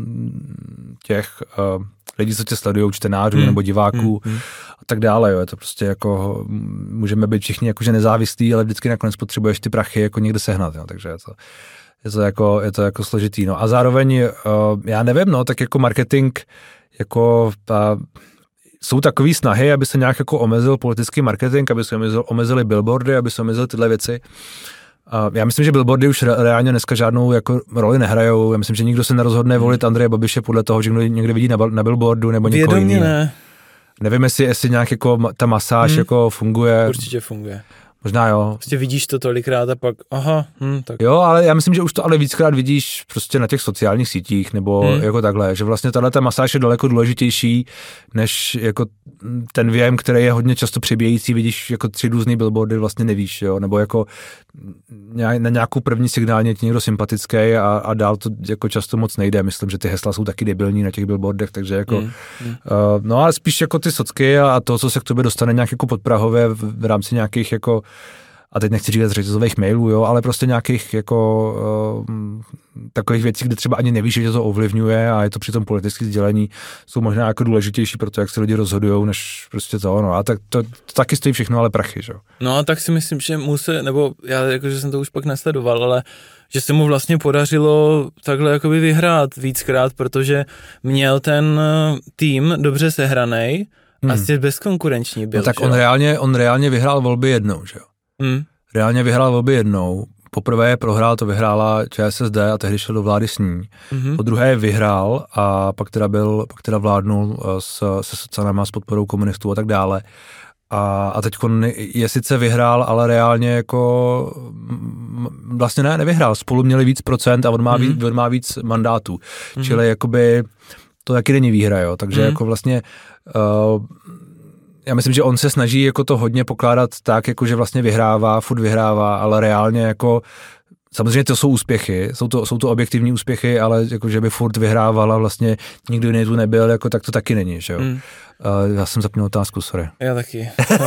těch uh, lidí, co tě sledují, čtenářů hmm. nebo diváků hmm. a tak dále, jo. Je to prostě jako, můžeme být všichni jakože nezávislí, ale vždycky nakonec potřebuješ ty prachy jako někde sehnat, jo. Takže je to... Je to jako, je to jako složitý, no. A zároveň, uh, já nevím, no, tak jako marketing, jako uh, jsou takový snahy, aby se nějak jako omezil politický marketing, aby se omezil, omezili billboardy, aby se omezily tyhle věci. Uh, já myslím, že billboardy už re, reálně dneska žádnou jako roli nehrajou. Já myslím, že nikdo se nerozhodne volit Andreje Babiše podle toho, že někdo někde vidí na, na billboardu nebo někoho jiného. Vědomě ne. Nevím, jestli, jestli nějak jako ta masáž hmm. jako funguje. Určitě funguje. Možná jo. Prostě vidíš to tolikrát a pak, aha, hm, tak. Jo, ale já myslím, že už to ale víckrát vidíš prostě na těch sociálních sítích, nebo hmm. jako takhle, že vlastně tato masáž je daleko důležitější, než jako ten věm, který je hodně často přebíjející, vidíš jako tři různý billboardy, vlastně nevíš, jo, nebo jako na nějakou první signálně je ti někdo sympatický a, a dál to jako často moc nejde, myslím, že ty hesla jsou taky debilní na těch billboardech, takže jako, hmm. Hmm. Uh, no ale spíš jako ty socky a, a to, co se k tobě dostane nějak jako podprahově v, v rámci nějakých jako a teď nechci říkat z řetězových mailů, jo, ale prostě nějakých jako uh, takových věcí, kde třeba ani nevíš, že tě to ovlivňuje a je to přitom politické sdělení, jsou možná jako důležitější pro to, jak se lidi rozhodujou, než prostě to, no a tak to, to taky stojí všechno, ale prachy, že jo. No a tak si myslím, že mu se, nebo já jakože jsem to už pak nesledoval, ale že se mu vlastně podařilo takhle jakoby vyhrát víckrát, protože měl ten tým dobře sehranej, Hmm. Asi bezkonkurenční byl. No tak on reálně, on reálně vyhrál volby jednou, že jo? Hmm. Reálně vyhrál volby jednou. Poprvé je prohrál, to vyhrála ČSSD a tehdy šel do vlády s ní. Hmm. Po druhé je vyhrál a pak teda byl, pak teda vládnul s, se socanama, s podporou komunistů a tak dále. A, a teď je sice vyhrál, ale reálně jako vlastně ne, nevyhrál. Spolu měli víc procent a on má, hmm. víc, on má víc mandátů. Hmm. Čili jakoby to taky není výhra, jo. Takže hmm. jako vlastně Uh, já myslím, že on se snaží jako to hodně pokládat tak, jako že vlastně vyhrává, furt vyhrává, ale reálně jako samozřejmě to jsou úspěchy, jsou to, jsou to objektivní úspěchy, ale jako že by furt vyhrával a vlastně nikdo jiný tu nebyl, jako tak to taky není, že jo. Hmm. Uh, já jsem zapnul otázku, sorry. Já taky.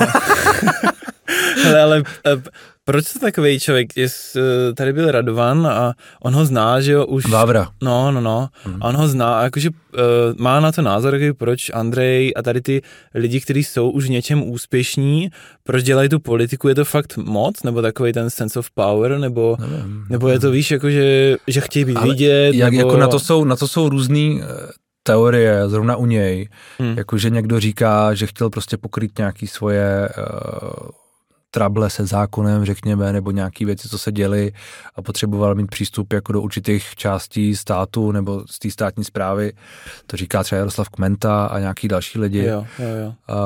ale, ale proč to takovej člověk, jest, tady byl Radovan a on ho zná, že jo, už... Vávra. No, no, no. Hmm. A on ho zná a jakože uh, má na to názor, jaký, proč Andrej a tady ty lidi, kteří jsou už v něčem úspěšní, proč dělají tu politiku, je to fakt moc, nebo takovej ten sense of power, nebo, nevím, nebo je to, víš, jakože, že chtějí být ale vidět, jak, nebo... Jako na to jsou, na to jsou různý teorie, zrovna u něj, hmm. jakože někdo říká, že chtěl prostě pokrýt nějaký svoje... Uh, trable se zákonem, řekněme, nebo nějaký věci, co se děly a potřeboval mít přístup jako do určitých částí státu nebo z té státní správy. To říká třeba Jaroslav Kmenta a nějaký další lidi. Jo, jo, jo. A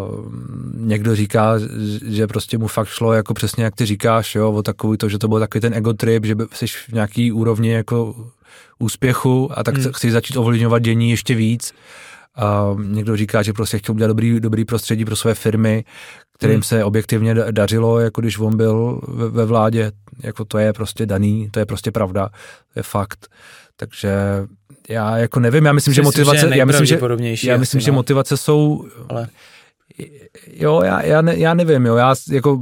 někdo říká, že prostě mu fakt šlo jako přesně, jak ty říkáš, jo, o takový to, že to byl takový ten ego trip, že jsi v nějaký úrovni jako úspěchu a tak hmm. chceš začít ovlivňovat dění ještě víc. A někdo říká, že prostě chtěl udělat dobrý, dobrý prostředí pro své firmy, kterým hmm. se objektivně dařilo, jako když on byl ve, ve vládě, jako to je prostě daný, to je prostě pravda, to je fakt. Takže já jako nevím, já myslím, myslím že motivace, že já myslím, že, já myslím, že motivace jsou, ale... jo, já, já, ne, já nevím, jo, já jako...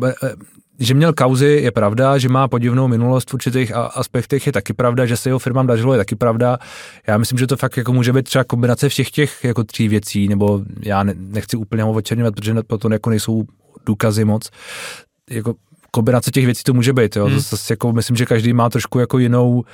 Že měl kauzy, je pravda, že má podivnou minulost v určitých aspektech, je taky pravda, že se jeho firmám dařilo, je taky pravda. Já myslím, že to fakt jako může být třeba kombinace všech těch jako tří věcí, nebo já ne, nechci úplně ho očerňovat, protože potom jako nejsou důkazy moc. Jako kombinace těch věcí to může být, jo. Hmm. Zase jako myslím, že každý má trošku jako jinou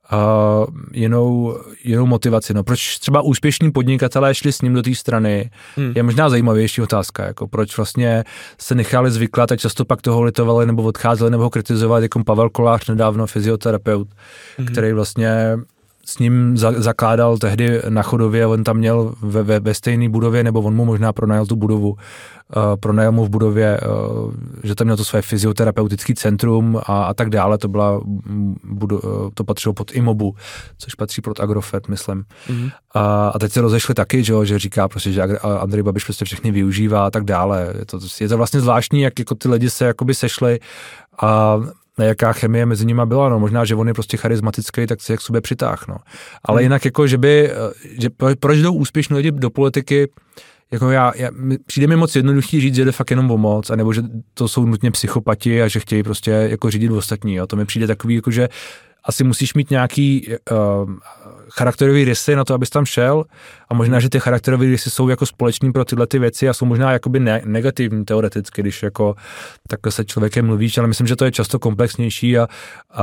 Uh, jinou, jinou motivaci. No, proč třeba úspěšní podnikatelé šli s ním do té strany, hmm. je možná zajímavější otázka, jako proč vlastně se nechali zvyklat a často pak toho litovali nebo odcházeli nebo ho kritizovali, jako Pavel Kolář nedávno, fyzioterapeut, hmm. který vlastně s ním za, zakládal tehdy na Chodově, on tam měl ve, ve, ve stejné budově, nebo on mu možná pronajal tu budovu, uh, pronajal mu v budově, uh, že tam měl to své fyzioterapeutické centrum a, a tak dále, to byla, budu, uh, to patřilo pod Imobu, což patří pod Agrofert, myslím. Mm-hmm. A, a teď se rozešli taky, že, že říká prostě, že Andrej Babiš prostě všechny využívá a tak dále. Je to, je to vlastně zvláštní, jak jako ty lidi se jakoby sešli a jaká chemie mezi nimi byla, no možná, že on je prostě charismatický, tak si jak sobě přitáh, no. Ale hmm. jinak jako, že by, že proč jdou úspěšní lidi do politiky, jako já, já, přijde mi moc jednoduchý říct, že jde fakt jenom o moc, anebo že to jsou nutně psychopati a že chtějí prostě jako řídit ostatní, jo. To mi přijde takový, jako že asi musíš mít nějaký uh, charakterový rysy na to, abys tam šel a možná, že ty charakterové rysy jsou jako společný pro tyhle ty věci a jsou možná jakoby ne- negativní teoreticky, když jako takhle se člověkem mluvíš, ale myslím, že to je často komplexnější a,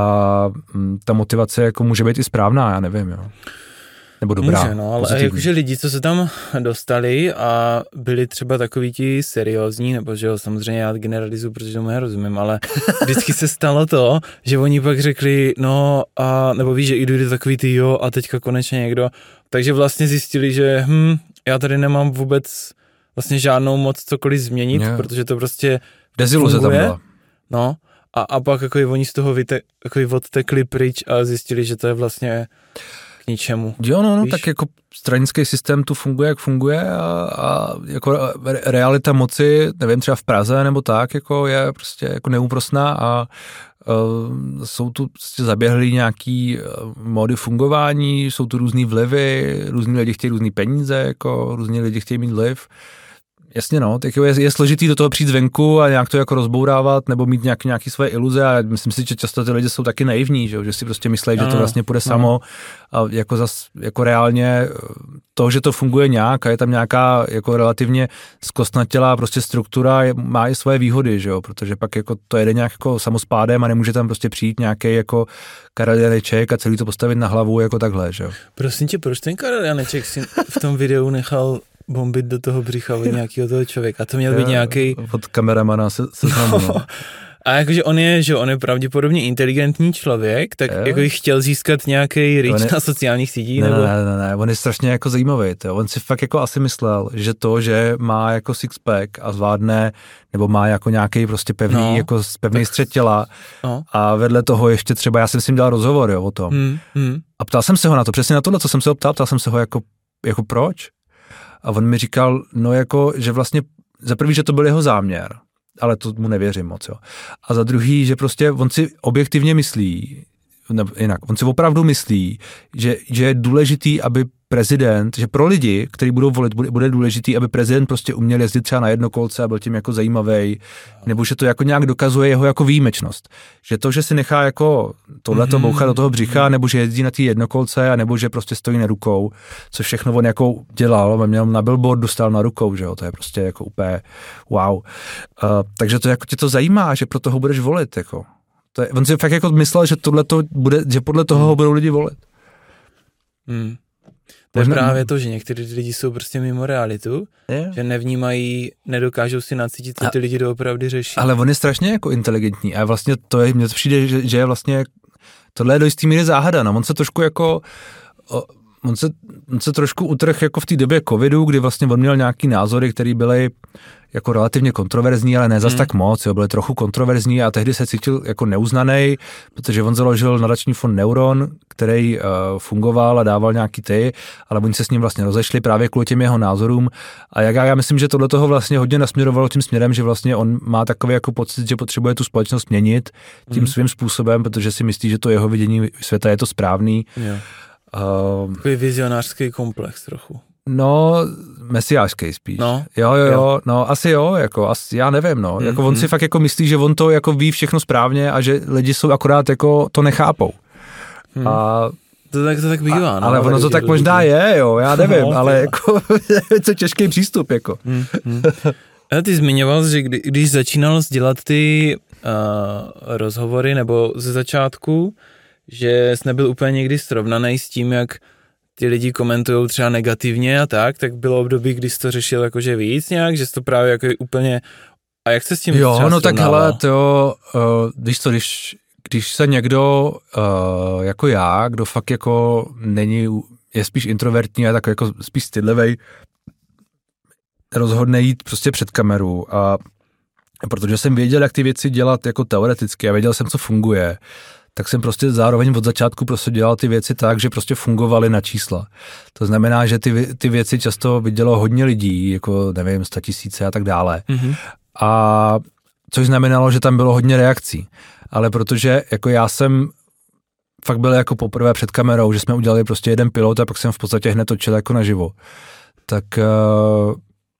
a ta motivace jako může být i správná, já nevím, jo. Nebo dobrá. Může, no, ale jakože lidi, co se tam dostali a byli třeba takový ti seriózní, nebo že jo, samozřejmě já generalizuju, protože tomu nerozumím, ale vždycky se stalo to, že oni pak řekli, no a, nebo víš, že i dojde takový ty jo a teďka konečně někdo, takže vlastně zjistili, že hm, já tady nemám vůbec vlastně žádnou moc cokoliv změnit, yeah. protože to prostě deziluze tam byla. No, a, a pak jako oni z toho vyte, jako odtekli pryč a zjistili, že to je vlastně ničemu. Jo, no, no tak jako stranický systém tu funguje, jak funguje a, a jako realita moci, nevím, třeba v Praze nebo tak, jako je prostě jako neúprosná a uh, jsou tu prostě zaběhlý nějaký uh, módy fungování, jsou tu různý vlivy, různí lidi chtějí různý peníze, jako různí lidi chtějí mít vliv. Jasně no, tak je, je složitý do toho přijít zvenku a nějak to jako rozbourávat nebo mít nějaký, nějaký svoje iluze a myslím si, že často ty lidi jsou taky naivní, že, že si prostě myslí, že to vlastně půjde samo a jako, zas, jako reálně to, že to funguje nějak a je tam nějaká jako relativně zkostnatělá prostě struktura, má i svoje výhody, že jo, protože pak jako to jede nějak jako samospádem a nemůže tam prostě přijít nějaký jako Karel Janeček a celý to postavit na hlavu jako takhle, že jo. Prosím tě, proč ten Karel Janeček si v tom videu nechal bombit do toho břicha od nějakého toho člověka? A to měl být nějaký od kameramana se, se no. no. A jakože on je, že on je pravděpodobně inteligentní člověk, tak je. Jako chtěl získat nějaký reach je... na sociálních sítích? Ne, nebo... ne, ne, ne, on je strašně jako zajímavý. To. On si fakt jako asi myslel, že to, že má jako sixpack a zvládne, nebo má jako nějaký prostě pevný, no, jako pevný tak... střed těla no. A vedle toho ještě třeba, já jsem s ním dělal rozhovor, jo, o tom. Hmm, hmm. A ptal jsem se ho na to, přesně na tohle, co jsem se ho ptal, ptal jsem se ho jako, jako proč? A on mi říkal, no jako, že vlastně za prvý, že to byl jeho záměr, ale to mu nevěřím moc, jo. A za druhý, že prostě on si objektivně myslí, nebo jinak, on si opravdu myslí, že, že je důležitý, aby prezident, že pro lidi, kteří budou volit, bude, bude důležitý, aby prezident prostě uměl jezdit třeba na jednokolce a byl tím jako zajímavý, nebo že to jako nějak dokazuje jeho jako výjimečnost. Že to, že si nechá jako tohleto bouchat do toho břicha, nebo že jezdí na té jednokolce, a nebo že prostě stojí na rukou, co všechno on jako dělal, on měl na billboard, dostal na rukou, že jo, to je prostě jako úplně wow. Uh, takže to jako tě to zajímá, že pro toho budeš volit, jako. To je, on si fakt jako myslel, že tohleto bude, že podle toho ho budou lidi volit. Hmm. To je Možná... právě to, že někteří lidi jsou prostě mimo realitu, je. Že nevnímají, nedokážou si nacítit, co ty lidi doopravdy řeší. Ale on je strašně jako inteligentní a vlastně to je, mně to přijde, že, že je vlastně, tohle je do jistý míry záhada, no. On se trošku jako, on se, on se trošku utrhl jako v té době covidu, kdy vlastně on měl nějaký názory, které byly jako relativně kontroverzní, ale ne zas hmm. tak moc, jo, byly trochu kontroverzní a tehdy se cítil jako neuznaný, protože on založil nadační fond Neuron, který uh, fungoval a dával nějaký ty, ale oni se s ním vlastně rozešli právě kvůli těm jeho názorům a jak já myslím, že tohle toho vlastně hodně nasměrovalo tím směrem, že vlastně on má takový jako pocit, že potřebuje tu společnost měnit tím hmm. svým způsobem, protože si myslí, že to jeho vidění světa je to správný. Yeah. Uh, Takový vizionářský komplex trochu. No, mesiářský spíš. No, jo, jo, jo, no, asi jo, jako, asi, já nevím, no, mm, jako on mm. si fakt jako myslí, že on to jako ví všechno správně a že lidi jsou akorát jako to nechápou. Hmm. A to tak, to tak bývá, no. Ale ono to tak možná je, jo, já nevím, no, ale jako, je to těžký přístup, jako. Mm, mm. A ty zmiňoval, že kdy, když začínal dělat ty uh, rozhovory, nebo ze začátku, že jsi nebyl úplně někdy srovnaný s tím, jak ty lidi komentujou třeba negativně a tak, tak bylo období, kdy jsi to řešil jakože víc nějak, že jsi to právě jako úplně, a jak se s tím jo, třeba no tak hele, to, uh, když to, když, když se někdo uh, jako já, kdo fakt jako není, je spíš introvertní a tak jako spíš stydlivej, rozhodne jít prostě před kameru a protože jsem věděl, jak ty věci dělat jako teoreticky a věděl jsem, co funguje, tak jsem prostě zároveň od začátku prostě dělal ty věci tak, že prostě fungovaly na čísla. To znamená, že ty, ty věci často vidělo hodně lidí, jako nevím, sta tisíce a tak dále. Mm-hmm. A což znamenalo, že tam bylo hodně reakcí. Ale protože jako já jsem fakt byl jako poprvé před kamerou, že jsme udělali prostě jeden pilot a pak jsem v podstatě hned točil jako naživo. Tak uh,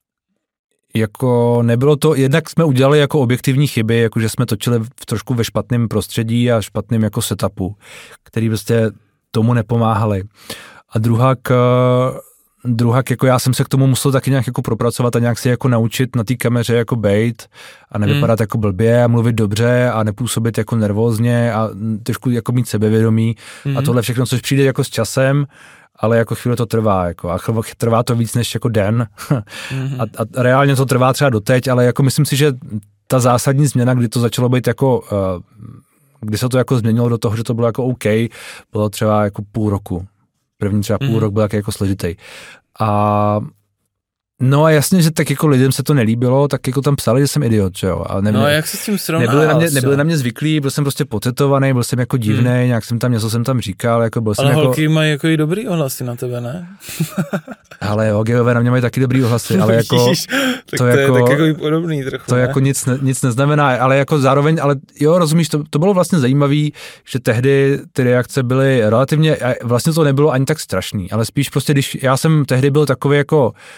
jako nebylo to, jednak jsme udělali jako objektivní chyby, jako že jsme točili v trošku ve špatném prostředí a špatném jako setupu, který prostě tomu nepomáhali. A druhak, druhak jako já jsem se k tomu musel taky nějak jako propracovat a nějak si jako naučit na té kameře jako bejt a nevypadat mm. jako blbě a mluvit dobře a nepůsobit jako nervózně a trošku jako mít sebevědomí mm. a tohle všechno, což přijde jako s časem, ale jako chvíli to trvá, jako, a trvá to víc než jako den mm-hmm. a, a reálně to trvá třeba doteď, ale jako myslím si, že ta zásadní změna, kdy to začalo být jako, uh, kdy se to jako změnilo do toho, že to bylo jako OK, bylo třeba jako půl roku. První třeba půl mm-hmm. rok byl jako, jako složitý. A no a jasně, že tak jako lidem se to nelíbilo, tak jako tam psali, že jsem idiot, že jo. A nebyli, no a jak se s tím srovnal? Nebyli na mě, nebyli na mě zvyklí, byl jsem prostě potetovaný, byl jsem jako divnej, hmm. nějak jsem tam, něco jsem tam říkal, jako byl ale jsem jako... Ale holky mají jako i dobrý ohlasy na tebe, ne? Ale jo, geové na mě mají taky dobrý ohlasy, ale jako... Ježiš, tak to, to jako, je tak jako i podobný trochu, To ne? jako nic, ne, nic neznamená, ale jako zároveň, ale jo, rozumíš, to, to bylo vlastně zajímavý, že tehdy ty reakce byly relativně, vlastně to nebylo ani tak strašný, ale spíš prostě, když já jsem tehdy byl takový jako hodně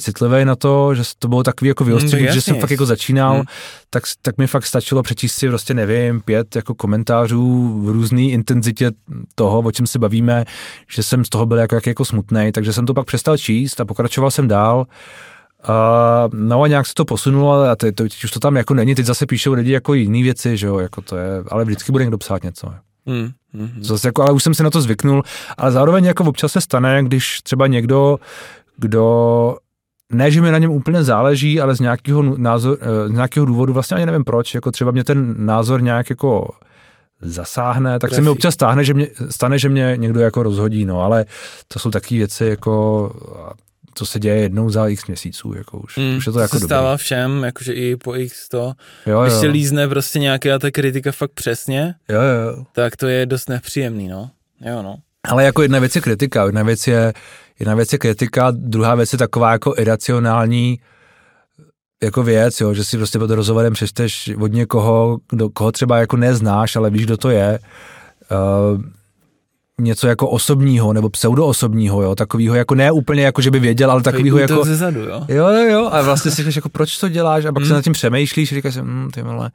citlivý na to, že to bylo takový jako vyostřený, mm, že jsem fakt jako začínal, mm. tak, tak mi fakt stačilo přečíst si prostě nevím, pět jako komentářů v různé intenzitě toho, o čem se bavíme, že jsem z toho byl jako, jako smutnej, takže jsem to pak přestal číst a pokračoval jsem dál. Uh, no a nějak se to posunulo, a teď, teď už to tam jako není, teď zase píšou lidi jako jiný věci, že jo, jako to je, ale vždycky bude někdo psát něco. Mm, mm, zase jako, ale už jsem si na to zvyknul, ale zároveň jako občas se stane, když třeba někdo, kdo, ne, že mi na něm úplně záleží, ale z nějakého, názor, z nějakého důvodu, vlastně ani nevím proč, jako třeba mě ten názor nějak jako zasáhne, tak Trefí. se mi občas stáhne, že mě, stane, že mě někdo jako rozhodí, no, ale to jsou takové věci jako... co se děje jednou za x měsíců, jako už, mm, už je to jako dobré. To se stává všem, jakože i po x to, jo, když jo. se lízne prostě nějaká ta kritika fakt přesně, jo, jo. tak to je dost nepříjemný, no. Jo, no. Ale jako jedna věc je kritika, jedna věc je, jedna věc je kritika, druhá věc je taková jako iracionální jako věc, jo, že si prostě pod rozhovorem přečteš od někoho, kdo, koho třeba jako neznáš, ale víš, kdo to je, uh, něco jako osobního nebo pseudoosobního, jo, takovýho jako ne úplně jako, že by věděl, ale takovýho jako... zezadu, jo? Jo, jo, jo, a vlastně si říkáš jako, proč to děláš a pak hmm. se nad tím přemýšlíš, říkáš si, hm, ty vole.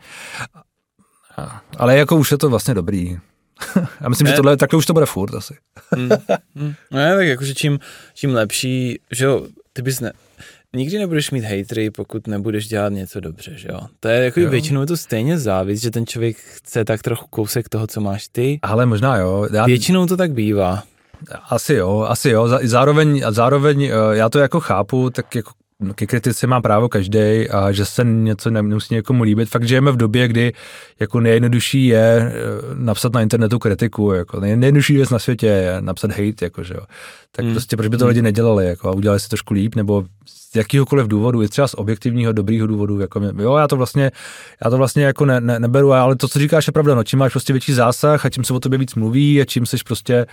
Ale jako už je to vlastně dobrý. Já myslím, ne. že tohle, takhle už to bude furt asi. hmm. Hmm. No ne, tak jakože čím, čím lepší, že jo, ty bys ne... Nikdy nebudeš mít hejtry, pokud nebudeš dělat něco dobře, že jo? To je jako většinou to stejně závis, že ten člověk chce tak trochu kousek toho, co máš ty. Ale možná jo. Já... Většinou to tak bývá. Asi jo, asi jo. Zároveň, zároveň já to jako chápu, tak jako ke kritice má právo každý a že se něco nemusí někomu líbit. Fakt žijeme v době, kdy jako nejjednodušší je napsat na internetu kritiku, jako nejjednodušší věc na světě je napsat hate, jako, že jo. Tak hmm. prostě proč by to lidi nedělali, jako, a udělali si trošku líp, nebo z jakýhokoliv důvodu, i třeba z objektivního, dobrýho důvodu, jako jo, já to vlastně, já to vlastně jako ne, ne, neberu, ale to, co říkáš, je pravda, no, čím máš prostě větší zásah a čím se o tobě víc mluví a čím seš prostě,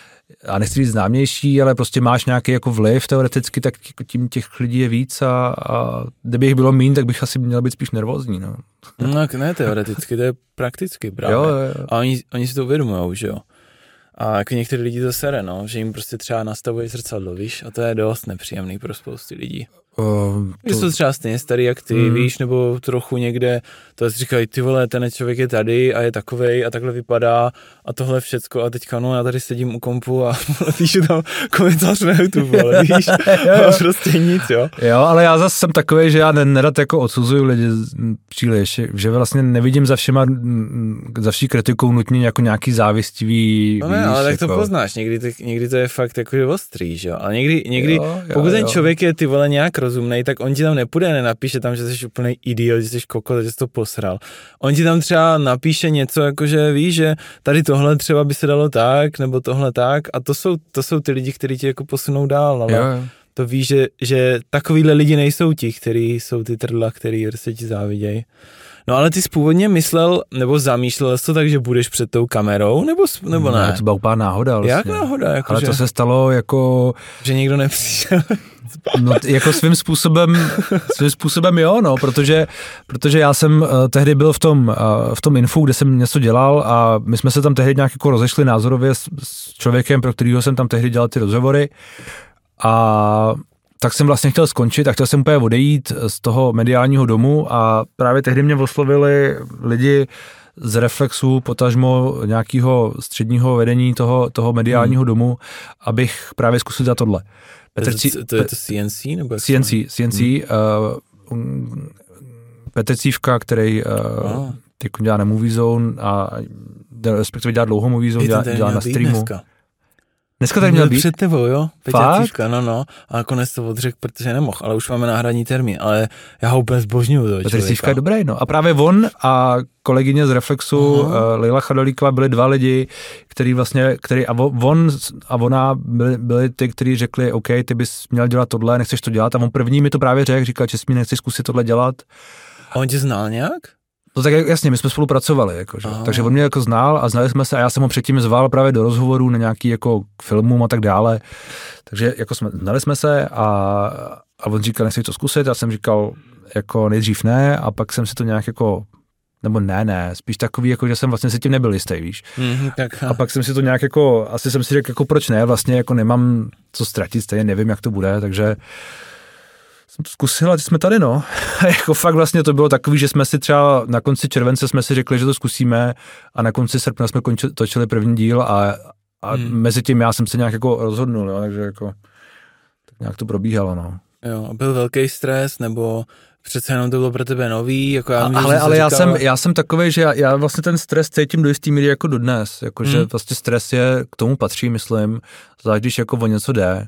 a nechci být známější, ale prostě máš nějaký jako vliv teoreticky, tak tím těch lidí je víc a, a kdyby jich bylo míň, tak bych asi měl být spíš nervózní, no. No tak ne teoreticky, to je prakticky právě. Jo, jo. A oni, oni si to uvědomujou, že jo. A jako některý lidi to sere, no, že jim prostě třeba nastavuje zrcadlo, víš, a to je dost nepříjemný pro spousty lidí. Uh, to... Jsou třeba stejně starý jak ty, mm. víš, nebo trochu někde, to si říkají, ty vole, ten člověk je tady a je takovej a takhle vypadá a tohle všecko a teďka, no, já tady sedím u kompu a píšu tam komentář na YouTube, ale víš, a prostě nic, jo. Jo, ale já zase jsem takovej, že já nerad jako odsuzuju lidi příliš, že vlastně nevidím za všema, za vší kritikou nutně jako nějaký závistivý, no ne, víš, ale tak jako... to poznáš, někdy, ty, někdy to je fakt jako ostrý, že jo, ale někdy, někdy jo, jo, pokud jo. ten člověk je ty vole nějak rozumnej, tak on ti tam nepůjde, nenapíše tam, že jsi úplný idiot, že jsi kokot, že jsi to posral. On ti tam třeba napíše něco, jako že víš, že tady tohle třeba by se dalo tak, nebo tohle tak, a to jsou, to jsou ty lidi, kteří ti jako posunou dál, ale jo, jo. to víš, že, že takovýhle lidi nejsou ti, kteří jsou ty trdla, který se ti závidějí. No ale ty jsi původně myslel, nebo zamýšlel jsi to tak, že budeš před tou kamerou, nebo, nebo ne? Ne, to byla úplná náhoda. Vlastně. Jak náhoda? Jako ale že, to se stalo jako... Že někdo nepřišel. No jako svým způsobem, svým způsobem jo, no, protože, protože já jsem uh, tehdy byl v tom, uh, v tom Infu, kde jsem něco dělal a my jsme se tam tehdy nějak jako rozešli názorově s, s člověkem, pro kterýho jsem tam tehdy dělal ty rozhovory a tak jsem vlastně chtěl skončit a chtěl jsem úplně odejít z toho mediálního domu a právě tehdy mě oslovili lidi z Reflexu, potažmo nějakého středního vedení toho, toho mediálního hmm. domu, abych právě zkusil za tohle. Petr Cí, to, to je to C N C? Nebo C N C, C N C hmm. uh, Petr Cívka, který uh, ah. teď dělá na Movie Zone a respektive dělá dlouho Movie Zone, dělá, dělá na streamu. Dneska. Dneska tady měl být? Před tebou, jo? Petr Cívka, no no. A nakonec to odřekl, protože nemohl, ale už máme náhradní termín, ale já ho úplně zbožňuju. Petr Cívka je dobrý, no. A právě on a kolegyně z Reflexu, uh, Lejla Chadolíková, byli dva lidi, který vlastně, který a on a ona byli, byli ty, kteří řekli, OK, ty bys měl dělat tohle, nechceš to dělat. A on první mi to právě řekl, říkal, Česmí, nechceš zkusit tohle dělat. A on tě znal nějak? No tak jasně, my jsme spolupracovali, jakože. Takže on mě jako znal a znali jsme se a já jsem ho předtím zval právě do rozhovorů na nějaký jako filmům a tak dále. Takže jako jsme, znali jsme se a, a on říkal, nechci to zkusit, já jsem říkal jako nejdřív ne a pak jsem si to nějak jako, nebo ne, ne, spíš takový, jako že jsem vlastně si tím nebyl jistý, víš. Mm-hmm, tak. A pak jsem si to nějak jako, asi jsem si řekl, jako proč ne, vlastně jako nemám co ztratit, stejně nevím, jak to bude, takže Jsem to zkusil a teď jsme tady, no. Jako fakt vlastně to bylo takový, že jsme si třeba na konci července jsme si řekli, že to zkusíme a na konci srpna jsme končili, točili první díl a, a hmm. mezi tím já jsem se nějak jako rozhodnul, jo, takže jako tak nějak to probíhalo, no. Jo, byl velký stres, nebo přece jenom to bylo pro tebe nový, jako já a, můžu, ale, ale já, říkal... jsem, já jsem takovej, že já, já vlastně ten stres cítím do jistý míry jako dodnes, jakože hmm. vlastně stres je, k tomu patří, myslím, zvlášť když jako o něco jde.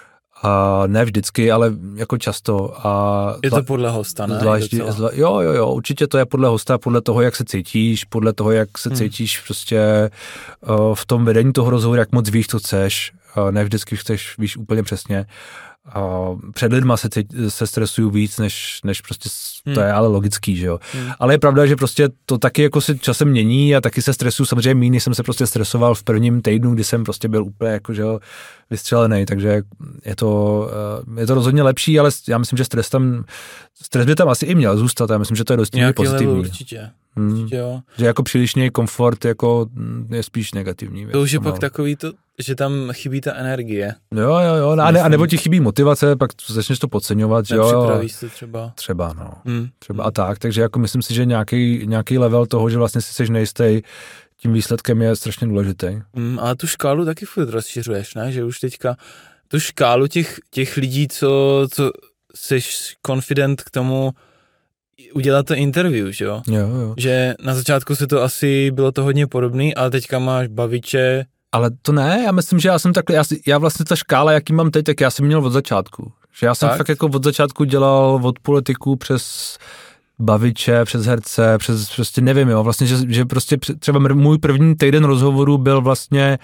A ne vždycky, ale jako často. A je to podle hosta, ne? Zvlášť, zla, jo, jo, jo, určitě to je podle hosta, podle toho, jak se cítíš, podle toho, jak se hmm. cítíš prostě uh, v tom vedení toho rozhovoru, jak moc víš, co chceš. Uh, ne vždycky chceš, víš úplně přesně. Uh, před lidma se, se stresuju víc, než, než prostě, hmm. to je ale logický, že jo. Hmm. Ale je pravda, že prostě to taky jako se časem mění a taky se stresuju samozřejmě méně, jsem se prostě stresoval v prvním týdnu, kdy jsem prostě byl úplně jako, že jo, vystřelený, takže je to, uh, je to rozhodně lepší, ale já myslím, že stres tam, stres by tam asi i měl zůstat, já myslím, že to je dost pozitivní. Level, určitě. Hmm. určitě jo. Že jako přílišný komfort jako je spíš negativní. To už je pak takový to, že tam chybí ta energie. Jo, jo, jo, a, ne, a nebo ti chybí motivace, pak začneš to podceňovat, že jo. Nepřipravíš se třeba. Třeba, no. Hmm. Třeba a tak, takže jako myslím si, že nějaký, nějaký level toho, že vlastně si seš nejistý, tím výsledkem je strašně důležitý. Hmm, ale tu škálu taky furt rozšiřuješ, ne? Že už teďka tu škálu těch, těch lidí, co, co seš confident k tomu udělat to interview, že jo? Jo, jo. Že na začátku se to asi bylo to hodně podobný, ale teďka máš baviče. Ale to ne, já myslím, že já jsem takhle, já, já vlastně ta škála, jaký mám teď, tak já jsem měl od začátku. Že já jsem tak? fakt jako od začátku dělal od politiků přes baviče, přes herce, přes prostě nevím, jo, vlastně, že, že prostě třeba můj první týden rozhovoru byl vlastně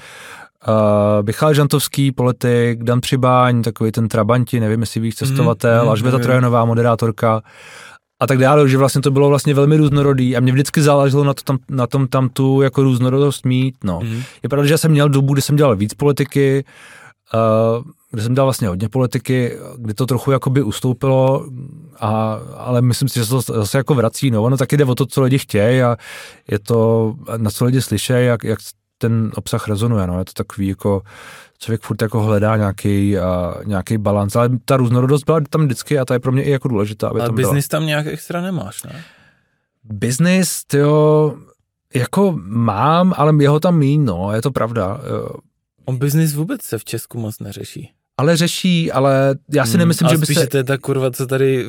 uh, Michal Žantovský, politik, Dan Přibáň, takový ten Trabanti, nevím, jestli víš, cestovatel, mm, Alžběta Trojanová, moderátorka a tak dále, že vlastně to bylo vlastně velmi různorodý a mě vždycky záleželo na, to tam, na tom tam tu jako různorodost mít, no. Mm. Je pravda, že já jsem měl dobu, kdy jsem dělal víc politiky, uh, kde jsem dělal vlastně hodně politiky, kdy to trochu jakoby ustoupilo, a, ale myslím si, že se to zase jako vrací, no, ono taky jde o to, co lidi chtějí a je to, na co lidi slyšejí, jak, jak ten obsah rezonuje, no, je to takový jako, člověk furt jako hledá nějaký, uh, nějaký balans, ale ta různorodost byla tam vždycky a ta je pro mě i jako důležitá. Aby ale tam biznis tam nějak extra nemáš, ne? Biznis, tyjo, jako mám, ale jeho tam míň, no, je to pravda. On biznis vůbec se v Česku moc neřeší. Ale řeší, ale já si nemyslím, hmm, že by se... Ale spíš to je ta kurva, co tady,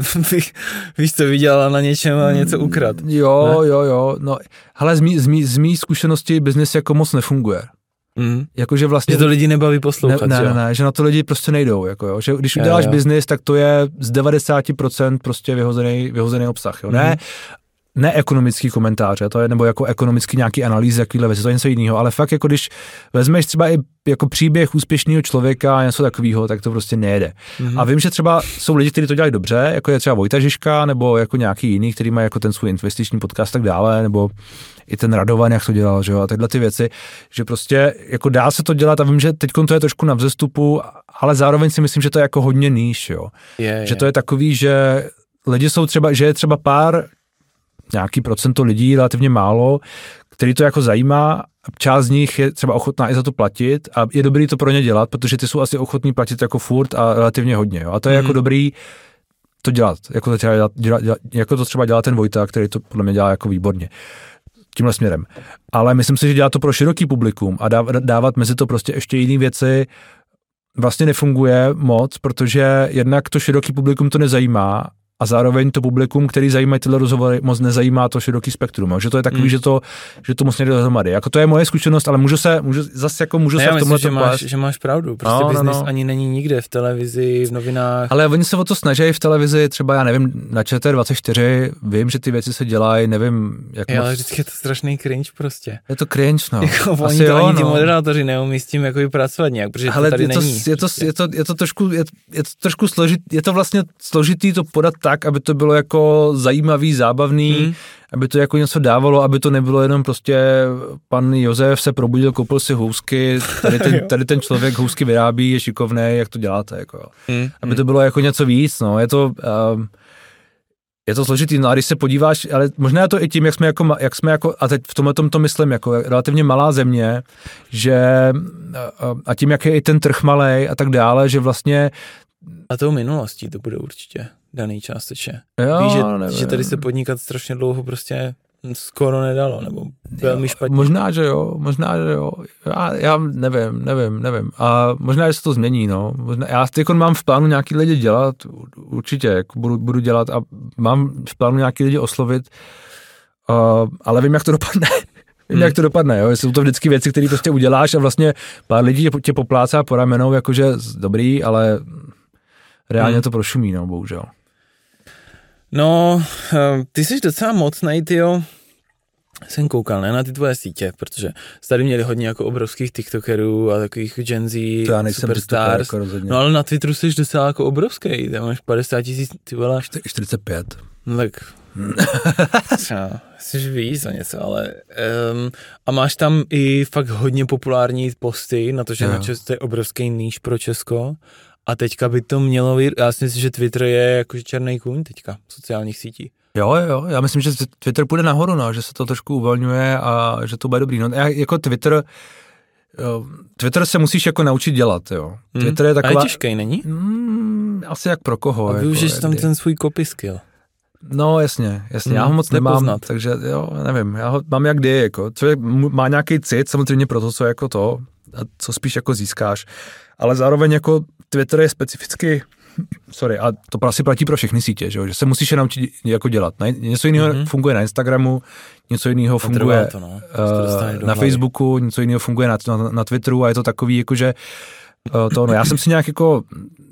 víš, co vydělala na něčem a něco ukrad. Jo, ne? jo, jo, no, hele, z mý, z mý, z mý zkušenosti biznis jako moc nefunguje. Mm. Jakože vlastně... Že to lidi nebaví poslouchat, ne, že ne, ne, že na to lidi prostě nejdou, jako jo, že když uděláš biznis, tak to je z devadesát procent prostě vyhozený, vyhozený obsah, jo, mm. ne, ne ekonomický komentáře, to je, nebo jako ekonomický nějaký analýzy, jakýhle věci, to je něco jiného, ale fakt jako když vezmeš třeba i jako příběh úspěšného člověka a něco takového, tak to prostě nejede. Mm-hmm. A vím, že třeba jsou lidi, kteří to dělají dobře, jako je třeba Vojta Žižka, nebo jako nějaký jiný, který má jako ten svůj investiční podcast tak dále, nebo i ten Radovan, jak to dělal, že jo, a tyhle ty věci, že prostě jako dá se to dělat a vím, že teď to je trošku na vzestupu, ale zároveň si myslím, že to je jako hodně níž, jo. Je, že je. to je takový, že lidi jsou třeba, že je třeba pár nějaký procento lidí, relativně málo, který to jako zajímá, část z nich je třeba ochotná i za to platit a je dobrý to pro ně dělat, protože ty jsou asi ochotní platit jako furt a relativně hodně, jo. A to je mm. jako dobrý to dělat, jako to třeba dělat, dělat, dělat, jako to třeba dělá ten Vojta, který to podle mě dělá jako výborně tímhle směrem. Ale myslím si, že dělá to pro široký publikum a dávat, dávat mezi to prostě ještě jiné věci vlastně nefunguje moc, protože jednak to široký publikum to nezajímá a zároveň to publikum, který zajímají tyhle rozhovory, moc nezajímá to široký spektrum. Že to je takový, mm. že, to, že to moc nejde dohromady. Jako to je moje zkušenost, ale můžu se, můžu, zase jako můžu ne, se v tomhle to máš, že máš pravdu. Prostě no, biznis no, no. ani není nikde v televizi, v novinách. Ale oni se o to snaží v televizi, třeba já nevím, na Č T dvacet čtyři, vím, že ty věci se dělají, nevím, jak je, moc... ale vždycky je to strašný cringe prostě. Je to cringe, no. Jako oni to jo, ani ty no. moderátoři neumí s tím jako pracovat nějak, protože ale to tady je to, není. Je to, je to, je to trošku, je, je to trošku složitý, je to vlastně složitý to podat tak, aby to bylo jako zajímavý, zábavný, hmm. aby to jako něco dávalo, aby to nebylo jenom prostě pan Josef se probudil, koupil si housky, tady ten, tady ten člověk housky vyrábí, je šikovnej, jak to děláte, jako. Hmm. Aby to bylo jako něco víc, no, je to... Um, je to složitý, no a když se podíváš, ale možná je to i tím, jak jsme jako, jak jsme jako a teď v tomhle tom to myslím, jako relativně malá země, že a tím, jak je i ten trh malej a tak dále, že vlastně... A tou minulostí to bude určitě. daný částečně. Jo, Víš, že, nevím. že tady se podnikat strašně dlouho prostě skoro nedalo, nebo velmi špatně. Možná, že jo, možná, že jo. Já, já nevím, nevím, nevím. A možná, že se to změní, no. Možná, já teď mám v plánu nějaký lidi dělat, určitě, jako budu, budu dělat a mám v plánu nějaký lidi oslovit, uh, ale vím, jak to dopadne. Vím, hmm. jak to dopadne, jo. Jsou to vždycky věci, které prostě uděláš a vlastně pár lidí tě poplácá po ramenou, jakože dobrý, ale reálně hmm. to prošumí, no, bohužel. No, ty jsi docela mocnej, tyjo. Jsem koukal, ne, na ty tvoje sítě, protože tady měli hodně jako obrovských tiktokerů a takových Gen Z, to já nejsem superstars. Jako no ale na Twitteru jsi docela jako obrovský, tam máš padesát tisíc, ty vole. čtyřicet pět. No tak, třeba, jsi víc za něco, ale um, a máš tam i fakt hodně populární posty na to, že jo. Na Česko to je obrovský níž pro Česko. A teďka by to mělo být, já si myslím, že Twitter je jakože černý kůň teďka, sociálních sítí. Jo, jo, já myslím, že Twitter půjde nahoru, no, že se to trošku uvolňuje a že to bude dobrý. No, jako Twitter, jo, Twitter se musíš jako naučit dělat, jo. Hmm. Twitter je taková... A je těžkej, není? Mm, asi jak pro koho. A využiješ jako, tam ten svůj copy skill. No jasně, jasně, hmm, já ho moc nepoznat. nemám, takže jo, nevím, já ho mám jak kdy, jako, člověk má nějaký cit, samozřejmě pro to, co jako to, a co spíš jako získáš, ale zároveň jako Twitter je specificky, sorry, a to asi platí pro všechny sítě, že, že se musíš je naučit jako dělat. Něco jiného mm-hmm. funguje na Instagramu, něco jiného funguje to, no. uh, na Facebooku, něco jiného funguje na, na, na Twitteru a je to takový, jakože uh, to, no já jsem si nějak jako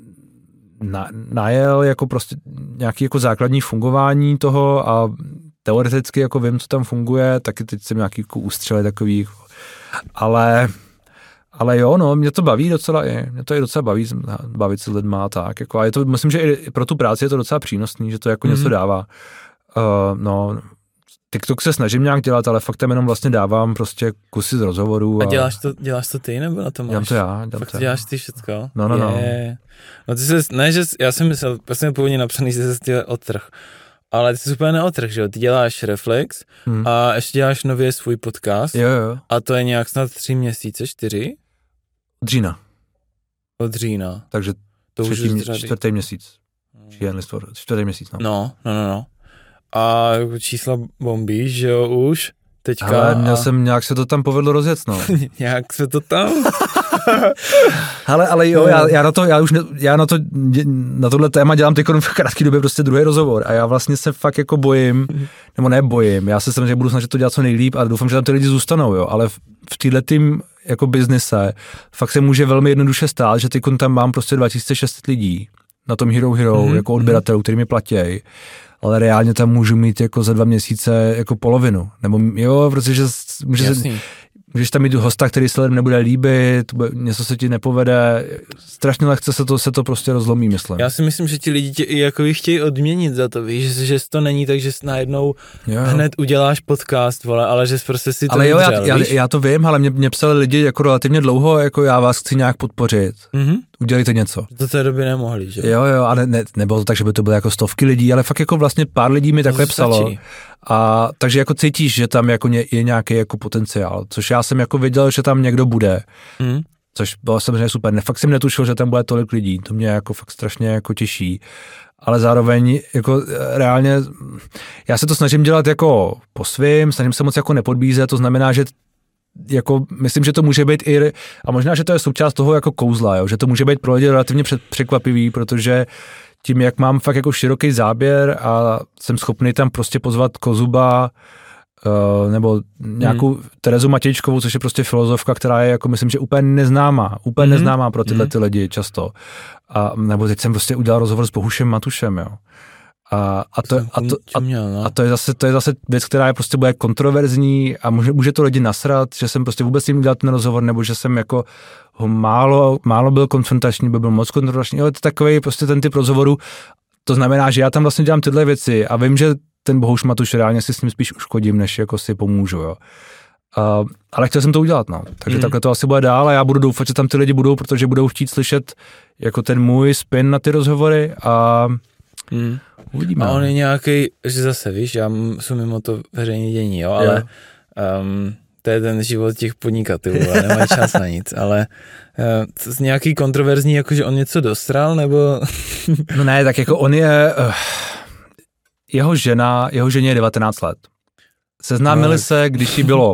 na, najel jako prostě nějaký jako základní fungování toho a teoreticky jako vím, co tam funguje, taky teď jsem nějaký jako ústřely takový, ale Ale jo, no, mě to baví docela i, mě to i docela baví bavit se lidma a tak, jako, a je to, myslím, že i pro tu práci je to docela přínosný, že to jako mm-hmm. něco dává. Uh, no, TikTok se snažím nějak dělat, ale fakt tam jenom vlastně dávám prostě kusy z rozhovorů. A, a děláš to, děláš to ty, nebo na to máš? Dělám to já. Dělám fakt to děláš ty všecko? No, no, no. Je. No ty jsi, ne, že já jsem myslel, vlastně původně napsaný, že jsi ty odtrh. Ale ty jsi úplně neotrh, že jo? Ty děláš Reflex hmm. a ještě děláš nově svůj podcast. Jo, jo. A to je nějak snad tři měsíce, čtyři? Od října. Od října. Takže to třetí, už čtvrtý měsíc. Hmm. Čtvrtý měsíc, no. No, no, no, no. A čísla bombí, že jo, už teďka. Ale měl a... jsem, nějak se to tam povedlo rozjet, no. nějak se to tam... ale, ale jo, já, já na to, já už, ne, já na to, na tohle téma dělám teď v krátké době prostě druhý rozhovor a já vlastně se fakt jako bojím, nebo nebojím, já se samozřejmě budu snažit to dělat co nejlíp a doufám, že tam ty lidi zůstanou, jo, ale v, v téhletým jako biznise fakt se může velmi jednoduše stát, že teď tam mám prostě dva tisíce šest set lidí na tom Hero Hero, mm-hmm. jako odběratelů, který mi platějí, ale reálně tam můžu mít jako za dva měsíce jako polovinu, nebo jo, protože může se, můžeš tam mít hosta, který se lidem nebude líbit, něco se ti nepovede, strašně lehce se to, se to prostě rozlomí, myslím. Já si myslím, že ti lidi tě i jako chtějí odměnit za to, víš, že, že to není tak, že najednou jo. hned uděláš podcast, vole, ale že prostě si to ale vydřel, jo, já, já, já to vím, ale mě, mě psali lidi jako relativně dlouho, jako já vás chci nějak podpořit. Mm-hmm. Udělejte něco. Do té doby nemohli, že? Jo, jo, a ne, ne, nebylo to tak, že by to bylo jako stovky lidí, ale fakt jako vlastně pár lidí mi takhle psalo. A takže jako cítíš, že tam jako je nějaký jako potenciál, což já jsem jako věděl, že tam někdo bude. Mm. Což bylo samozřejmě super. Ne, fakt jsem netušil, že tam bude tolik lidí. To mě jako fakt strašně jako těší. Ale zároveň jako reálně já se to snažím dělat jako po svým, snažím se moc jako nepodbízet, to znamená, že jako myslím, že to může být i, a možná, že to je součást toho jako kouzla, jo? Že to může být pro lidi relativně překvapivý, protože tím, jak mám fakt jako široký záběr a jsem schopný tam prostě pozvat Kozuba uh, nebo nějakou hmm. Terezu Matějčkovou, což je prostě filozofka, která je jako myslím, že úplně neznámá, úplně hmm. neznámá pro tyhle ty lidi často. A nebo teď jsem prostě udělal rozhovor s Bohušem Matušem, jo. A, a, to, a, to, a, a to je zase to je zase věc, která je prostě bude kontroverzní a může, může to lidi nasrat, že jsem prostě vůbec jim udělal ten rozhovor, nebo že jsem jako ho málo, málo byl konfrontační, by byl moc konfrontační, ale to takový prostě ten typ rozhovoru. To znamená, že já tam vlastně dělám tyhle věci a vím, že ten Bohuš Matuš reálně si s ním spíš uškodím, než jako si pomůžu, jo. Uh, ale chtěl jsem to udělat, no. Takže mm. takhle to asi bude dál a já budu doufat, že tam ty lidi budou, protože budou chtít slyšet jako ten můj spin na ty rozhovory a mm. uvidíme. A on je nějaký, že zase víš, já jsem mimo to veřejné dění, jo, ale um, to je ten život těch podnikatelů a nemají čas na nic, ale uh, z nějaký kontroverzní, jakože on něco dostral, nebo... No ne, tak jako on je, uh, jeho žena, jeho ženě je devatenáct let. Seznámili no, se, když jí bylo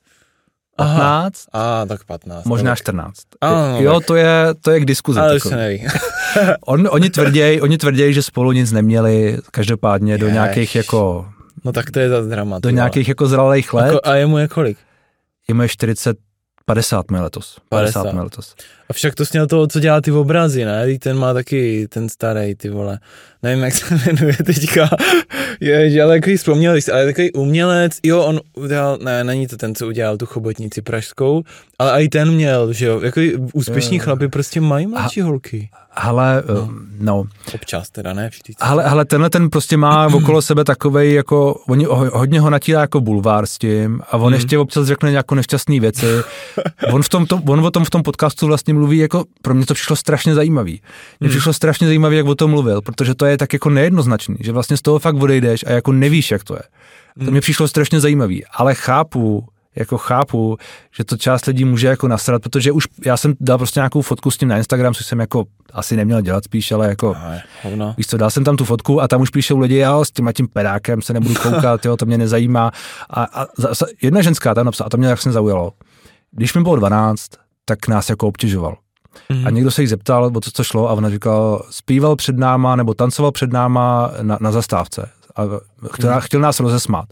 patnáct, a tak patnáct. Možná tak. čtrnáct. A, no, jo, tak. to je, to je k diskuzi. Ale už se neví. On, oni tvrdějí, oni tvrdějí, že spolu nic neměli, každopádně do Jež. nějakých jako... No tak to je za drama. Do nějakých jako zralých let. Jako, a jemu je kolik? Jemu je čtyřicet, padesát mi letos. padesát mi letos. A však to sněl toho, co dělá ty obrazy, ne? Ten má taky ten starý, ty vole. Nevím, jak se jmenuje teďka. Je, ale takový vzpomněl, ale takový umělec. Jo, on udělal, ne, není to ten, co udělal tu chobotnici pražskou, ale i ten měl, že jo. Takový úspěšní uh, chlapi prostě mají mladší a, holky. Ale, no. no. Občas teda, ne vždycky. Ale, ale tenhle ten prostě má okolo sebe takovej, jako, oni hodně ho natírá jako bulvár s tím a on mm. ještě občas řekne nějakou nešťastný věci. On, v tom, to, on o tom v tom podcastu vlastně mluví, jako pro mě to přišlo strašně zajímavý. Mně mm. přišlo strašně zajímavý, jak o tom mluvil, protože to je tak jako nejednoznačný, že vlastně z toho fakt odejdeš a jako nevíš, jak to je. To mě přišlo strašně zajímavý, ale chápu, jako chápu, že to část lidí může jako nasrat, protože už já jsem dal prostě nějakou fotku s tím na Instagram, což jsem jako asi neměl dělat spíš, ale jako no, víš co, dal jsem tam tu fotku a tam už píšou lidi, já s tím a tím pedákem se nebudu koukat, jo, to mě nezajímá. A, a, a jedna ženská tam napsala, a to mě tak zaujalo. Když mi bylo dvanáct, tak nás jako obtěžoval. Mm-hmm. A někdo se jí zeptal, o co to šlo, a ona říkala, zpíval před náma nebo tancoval před náma na, na zastávce a chtěl, mm-hmm. chtěl nás rozesmát.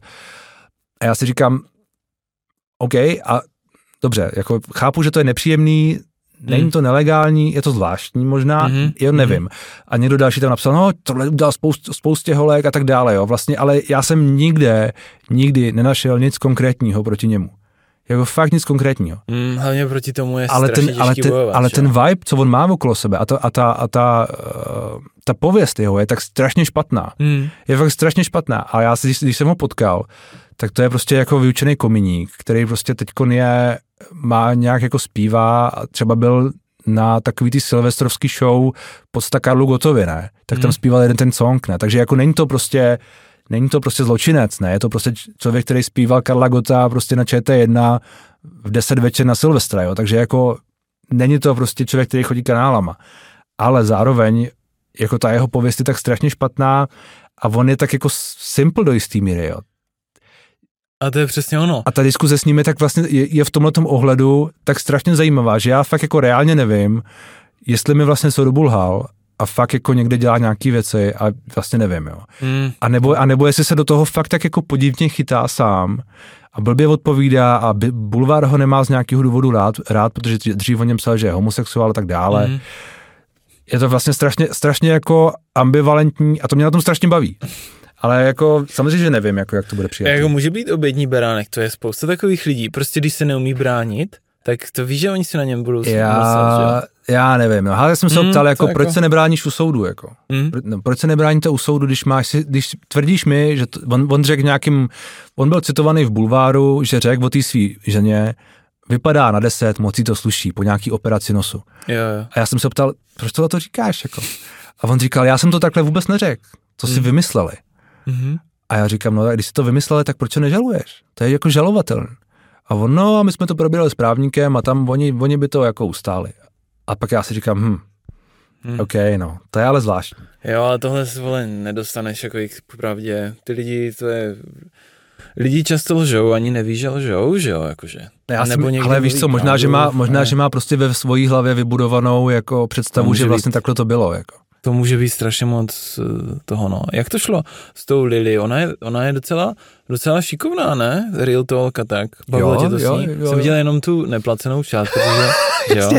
A já si říkám, OK, a dobře, jako chápu, že to je nepříjemný, není mm. to nelegální, je to zvláštní možná, mm-hmm. jo, nevím. A někdo další tam napsal, no, tohle udělal spoust, spoustě holek a tak dále, jo, vlastně, ale já jsem nikde, nikdy nenašel nic konkrétního proti němu. Jako fakt nic konkrétního. Mm, hlavně proti tomu je ale strašně ten, těžký ale ten, bojovat. Ale že? ten vibe, co on má okolo sebe a, to, a, ta, a ta, uh, ta pověst jeho je tak strašně špatná. Mm. Je fakt strašně špatná. A já si, když, když jsem ho potkal, tak to je prostě jako vyučený kominík, který prostě teďkon je, má nějak jako zpívá a třeba byl na takový ty silvestrovský show podsta Karlu Gottovi, ne? Tak tam mm. zpíval jeden ten song, ne? Takže jako není to prostě Není to prostě zločinec, ne? Je to prostě člověk, který zpíval Karla Gotta prostě na Č T jedna v deset večer na Silvestra, jo? Takže jako není to prostě člověk, který chodí kanálama. Ale zároveň jako ta jeho pověst je tak strašně špatná a on je tak jako simple do jistý míry, jo? A to je přesně ono. A ta diskuze s ním je tak vlastně, je, je v tomhletom ohledu tak strašně zajímavá, že já fakt jako reálně nevím, jestli mi vlastně Sodobu lhal a fakt jako někde dělá nějaký věci a vlastně nevím, jo. Mm. A, nebo, a nebo jestli se do toho fakt tak jako podivně chytá sám a blbě odpovídá a bulvár ho nemá z nějakého důvodu rád, rád, protože dřív o něm psal, že je homosexuál a tak dále. Mm. Je to vlastně strašně, strašně jako ambivalentní a to mě na tom strašně baví. Ale jako samozřejmě, že nevím, jako, jak to bude přijat. Jako může být obětní beránek, to je spousta takových lidí. Prostě když se neumí bránit, tak to víš, že oni si na něm budou já, myslet, že? Já nevím, no. Já jsem se mm, ptal, jako, proč jako... se nebráníš u soudu, jako. Mm. Pro, no, proč se nebráníte u soudu, když máš, když tvrdíš mi, že to, on, on řekl nějakým, on byl citovaný v bulváru, že řekl o té svý ženě, vypadá na deset, moc to sluší, po nějaký operaci nosu. Jo, jo. A já jsem se ptal, proč tohle to říkáš, jako. A on říkal, já jsem to takhle vůbec neřekl, to si mm. vymysleli. Mm-hmm. A já říkám, no když si to vymysleli, tak proč to nežaluješ? To je jako žalovatelné. A on, no a my jsme to probírali s právníkem a tam oni, oni by to jako ustáli. A pak já si říkám, hm, hmm. OK, no, to je ale zvláštní. Jo, ale tohle se vole nedostaneš jako k pravdě. Ty lidi, to je... Lidi často lžou, ani neví, že lžou, že jo, jakože. Já jsem, ale víš co, možná, že má, možná, že má prostě ve svojí hlavě vybudovanou jako představu, že vlastně být, takhle to bylo, jako. To může být strašně moc toho, no. Jak to šlo s tou Lily? Ona je, ona je docela, docela šikovná, ne? Real talk a tak. Bavilo tě to s ní? Jsem viděl jenom tu neplacenou část, protože, jo.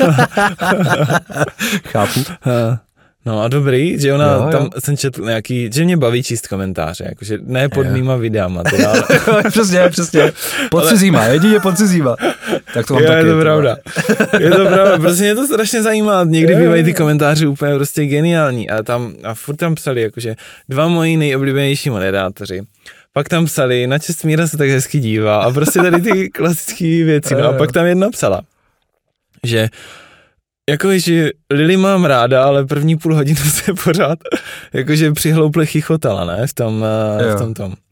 Chápu. No a dobrý, že ona, jo, jo. tam jsem četl nějaký, že mě baví číst komentáře, jakože ne pod jo. mýma videama, teda, ale... přesně, přesně, pod cizíma, jedině pod cizíma. Tak to mám jo, taky. Je to pravda, je to pravda, prostě mě to strašně zajímá, někdy bývají ty komentáře úplně prostě geniální a tam, a furt tam psali, jakože dva moji nejoblíbenější moderátoři. Pak tam psali, na Čestmíra se tak hezky dívá a prostě tady ty klasické věci, no a pak tam jedna psala, že jako, že Lily mám ráda, ale první půl hodinu se pořád jakože přihlouple chichotala, ne, v tom, v tom tom.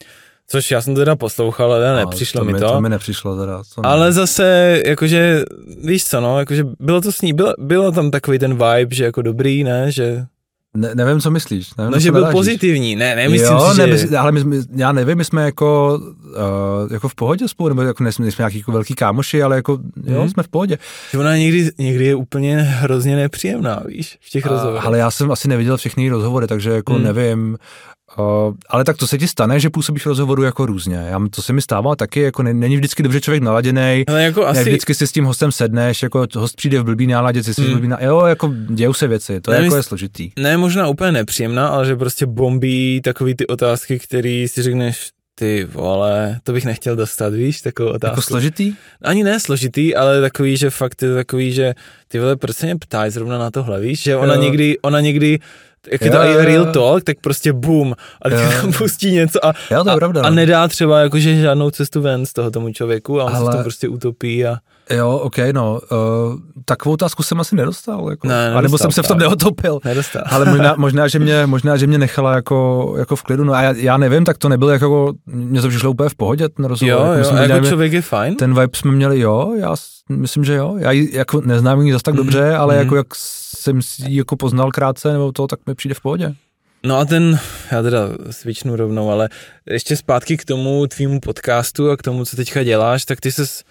Což já jsem teda poslouchal, ale nepřišlo mi to. To mi nepřišlo teda. To ale zase, jakože, víš co, no, jakože bylo to s ní, bylo, bylo tam takový ten vibe, že jako dobrý, ne, že... Ne, nevím, co myslíš. Nevím, no, že byl pozitivní, ne, nemyslím jo, si, ne, že... My, ale my, my, já nevím, my jsme jako, uh, jako v pohodě spolu, nebo jako nejsme, nejsme nějaký jako velký kámoši, ale jako, hmm. jo, jsme v pohodě. Že ona někdy, někdy je úplně hrozně nepříjemná, víš, v těch uh, rozhovorech. Ale já jsem asi neviděl všechny rozhovory, takže jako hmm. nevím... Uh, ale tak to se ti stane, že působíš v rozhovoru jako různě. Já, to se mi stává taky, jako ne, není vždycky dobře člověk naladěnej, jako asi... vždycky si s tím hostem sedneš, jako host přijde v blbý náladě, ty si hmm. v blbý náladě, jo, jako dějou se věci, to ne, je jako je složitý. Ne možná úplně nepříjemná, ale že prostě bombí takový ty otázky, který si řekneš, ty vole, to bych nechtěl dostat, víš, takovou otázku. Jako složitý? Ani ne složitý, ale takový, že fakt je takový, že ty vole, proč se mě ptáš zrovna na tohle, víš, že ona jo. někdy, ona někdy jak je to i real talk, tak prostě boom a teď tam pustí něco a, jo, to je pravda, a, a nedá třeba jakože žádnou cestu ven z toho tomu člověku a on ale... se to prostě utopí a... Jo, ok, no, uh, takovou otázku jsem asi nedostal, jako, ne, nedostal a nebo jsem se v tom neotopil, nedostal. ale možná, možná, že mě, možná, že mě nechala jako, jako v klidu, no a já, já nevím, tak to nebylo jako, mě to přišlo úplně v pohodě, ten rozhovor. Jo, jako, jo, a jako člověk je fajn? Ten vibe jsme měli, jo, já myslím, že jo, já ji jako neznám ji zase tak mm. dobře, ale mm. jako jak jsem ji jako poznal krátce, nebo to, tak mi přijde v pohodě. No a ten, já teda svičnu rovnou, ale ještě zpátky k tomu tvýmu podcastu a k tomu, co teďka děláš, tak ty ses,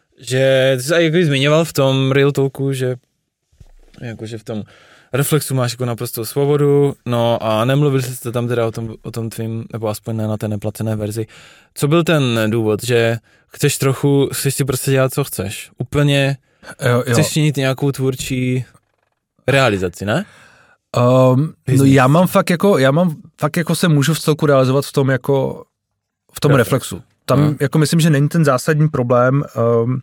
že ty jsi jako zmiňoval v tom Real Talku, že jakože v tom Reflexu máš jako naprostou svobodu, no a nemluvil jste tam teda o tom, o tom tvým, nebo aspoň ne na té neplacené verzi. Co byl ten důvod, že chceš trochu, chceš si prostě dělat, co chceš? Úplně jo, jo. Chceš činit nějakou tvůrčí realizaci, ne? Um, no já mám fakt jako, já mám fakt jako se můžu v celku realizovat v tom jako, v tom Reflexu. Reflexu. Tam hmm. jako myslím, že není ten zásadní problém um,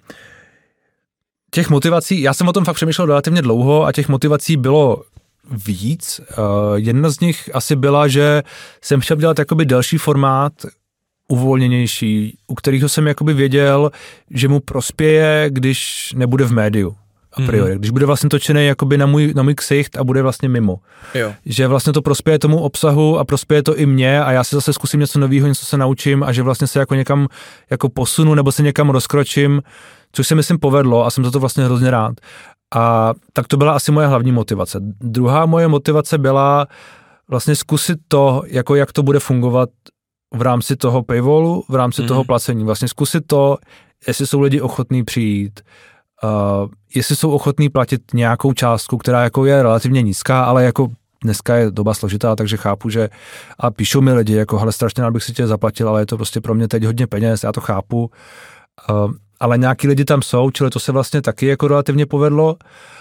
těch motivací, já jsem o tom fakt přemýšlel relativně dlouho a těch motivací bylo víc. Uh, jedna z nich asi byla, že jsem chtěl dělat jakoby delší formát, uvolněnější, u kterého jsem jakoby věděl, že mu prospěje, když nebude v médiu. A priori, mm-hmm. když bude vlastně točený jakoby na můj, na můj ksicht a bude vlastně mimo. Jo. Že vlastně to prospěje tomu obsahu a prospěje to i mně a já si zase zkusím něco nového, něco se naučím a že vlastně se jako někam jako posunu nebo se někam rozkročím, což se myslím povedlo a jsem za to vlastně hrozně rád. A tak to byla asi moje hlavní motivace. Druhá moje motivace byla vlastně zkusit to, jako jak to bude fungovat v rámci toho paywallu, v rámci mm-hmm. toho placení. Vlastně zkusit to, jestli jsou lidi ochotní přijít, Uh, jestli jsou ochotní platit nějakou částku, která jako je relativně nízká, ale jako dneska je doba složitá, takže chápu, že a píšou mi lidi, jako hele, strašně rád bych si tě zaplatil, ale je to prostě pro mě teď hodně peněz, já to chápu, uh, ale nějaký lidi tam jsou, čili to se vlastně taky jako relativně povedlo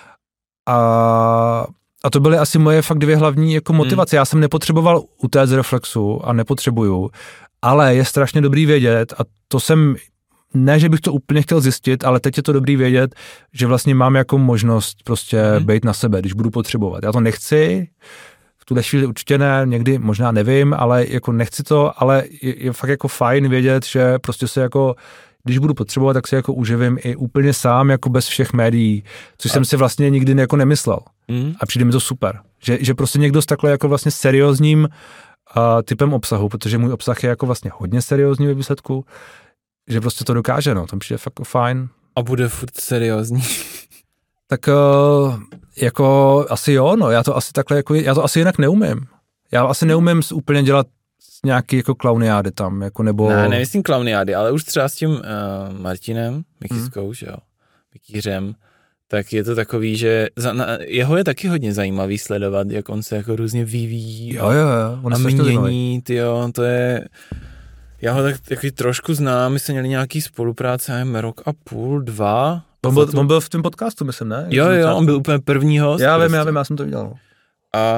a, a to byly asi moje fakt dvě hlavní jako motivace. Hmm. Já jsem nepotřeboval utéct z Reflexu a nepotřebuju, ale je strašně dobrý vědět a to jsem ne, že bych to úplně chtěl zjistit, ale teď je to dobrý vědět, že vlastně mám jako možnost prostě hmm. být na sebe, když budu potřebovat. Já to nechci, v tuhle chvíli určitě ne, někdy možná nevím, ale jako nechci to, ale je, je fakt jako fajn vědět, že prostě se jako, když budu potřebovat, tak se jako uživím i úplně sám, jako bez všech médií, což a... jsem si vlastně nikdy jako nemyslel. Hmm. A přijde mi to super, že, že prostě někdo s takhle jako vlastně seriózním uh, typem obsahu, protože můj obsah je jako vlastně hodně seriózní ve výsledku, že prostě to dokáže, no, tam přijde fakt fajn. A bude furt seriózní. Tak uh, jako asi jo, no, já to asi takhle, jako, já to asi jinak neumím. Já asi neumím úplně dělat nějaký jako klauniády tam, jako nebo... Ne, nemyslím klauniády, ale už třeba s tím uh, Martinem Mikiskou, hmm. že jo, Mikířem, tak je to takový, že za, na, jeho je taky hodně zajímavý sledovat, jak on se jako různě vyvíjí jo, jo, jo, on a mění, tyjo, to je... Já ho tak taky trošku znám, my jsme měli nějaký spolupráce, nevím, rok a půl, dva. On byl, on byl v tom podcastu, myslím, ne? Jo, jo, on byl úplně první host. Já prostě. vím, já vím, já jsem to viděl. A,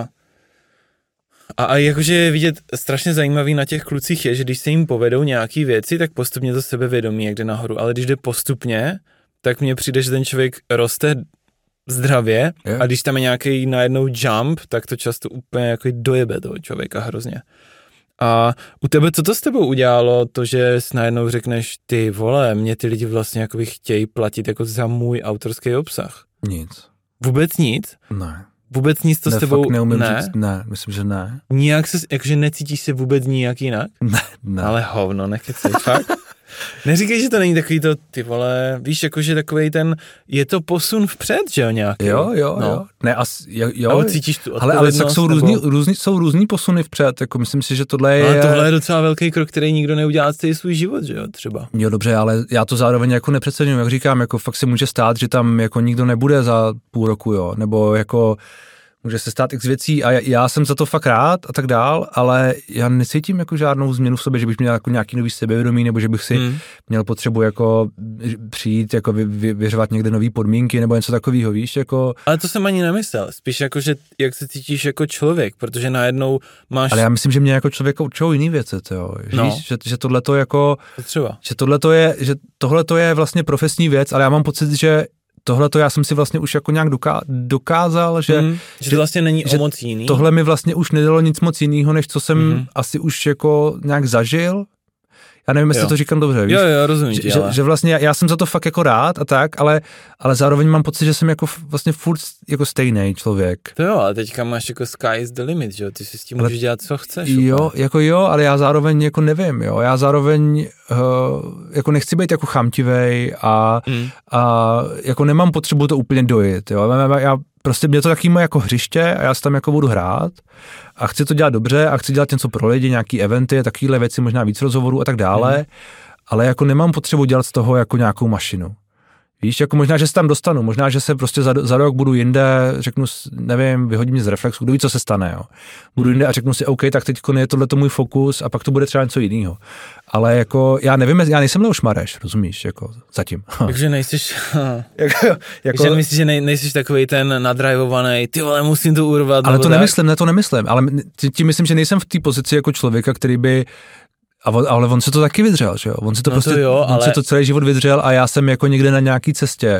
a, a jakože je vidět strašně zajímavý na těch klucích je, že když se jim povedou nějaký věci, tak postupně to sebevědomí, jak jde nahoru. Ale když jde postupně, tak mně přijde, že ten člověk roste zdravě yeah. a když tam je nějaký najednou jump, tak to často úplně jako dojebe toho člověka hrozně. A u tebe, co to s tebou udělalo, to, že jsi najednou řekneš, ty vole, mě ty lidi vlastně jakoby chtějí platit jako za můj autorský obsah? Nic. Vůbec nic? Ne. Vůbec nic to ne, s tebou... Fakt neumím ne? říct, ne, myslím, že ne. Nijak se, jakože necítíš se vůbec nijak jinak? Ne, ne. Ale hovno, nekecej, fakt. Neříkej, že to není takový to, ty vole, víš, jakože takovej ten, je to posun vpřed, že jo, nějaký. Jo, jo, no. jo. Ne, as, jo, jo. Ale cítíš tu ale, ale tak jsou různý, nebo... různý, jsou různý posuny vpřed, jako myslím si, že tohle je... Ale tohle je docela velký krok, který nikdo neudělá celý svůj život, že jo, třeba. Jo, dobře, ale já to zároveň jako nepřeceňuji, jak říkám, jako fakt se může stát, že tam jako nikdo nebude za půl roku, jo, nebo jako... Může se stát x věcí a já, já jsem za to fakt rád a tak dál, ale já necítím jako žádnou změnu v sobě, že bych měl jako nějaký nový sebevědomí, nebo že bych si hmm. měl potřebu jako přijít, jako vy, vy, vyřvat někde nový podmínky, nebo něco takového, víš, jako... Ale to jsem ani nemyslel, spíš jako, že jak se cítíš jako člověk, protože najednou máš... Ale já myslím, že mě jako člověka určují jiný věci, jo, no. Víš, že, že tohleto jako... To třeba. Že tohleto je, že tohleto je vlastně profesní věc, ale já mám pocit, že tohle to já jsem si vlastně už jako nějak doká- dokázal, že, mm, že... Že to vlastně není o moc jiný. Tohle mi vlastně už nedalo nic moc jiného, než co jsem mm. asi už jako nějak zažil. Já nevím, jestli jo. to říkám dobře, víš? Jo, jo, rozumím že, tě, že, ale... že vlastně já, já jsem za to fakt jako rád a tak, ale, ale zároveň mám pocit, že jsem jako vlastně furt jako stejný člověk. To jo, ale teďka máš jako sky is the limit, že jo? Ty si s tím ale... můžeš dělat, co chceš. Jo, úplně. jako jo, ale já zároveň jako nevím, jo. Já zároveň uh, jako nechci být jako chamtivej a, mm. a jako nemám potřebu to úplně dojít, jo. Já, já prostě mě to taky moje jako hřiště a já si tam jako budu hrát a chci to dělat dobře a chci dělat něco pro lidi, nějaký eventy, takovéhle věci, možná víc rozhovorů a tak dále, mm. ale jako nemám potřebu dělat z toho jako nějakou mašinu. Víš, jako možná, že se tam dostanu, možná, že se prostě za, za rok budu jinde, řeknu, nevím, vyhodím mě z reflexu, kdo ví, co se stane, jo. Budu jinde a řeknu si, OK, tak teď je tohle můj fokus a pak to bude třeba něco jiného. Ale jako, já nevím, já nejsem Leoš Mareš, rozumíš, jako zatím. Takže nejsiš, jako, jako, takže myslíš, že nej, nejsiš takovej ten nadrivovaný, ty vole, musím to urvat. Ale to tak? nemyslím, ne, to nemyslím, ale tím myslím, že nejsem v té pozici jako člověka, který by ale on se to taky vydřel, že jo? On se to no prostě, to jo, on ale... se to celý život vydřel a já jsem jako někde na nějaký cestě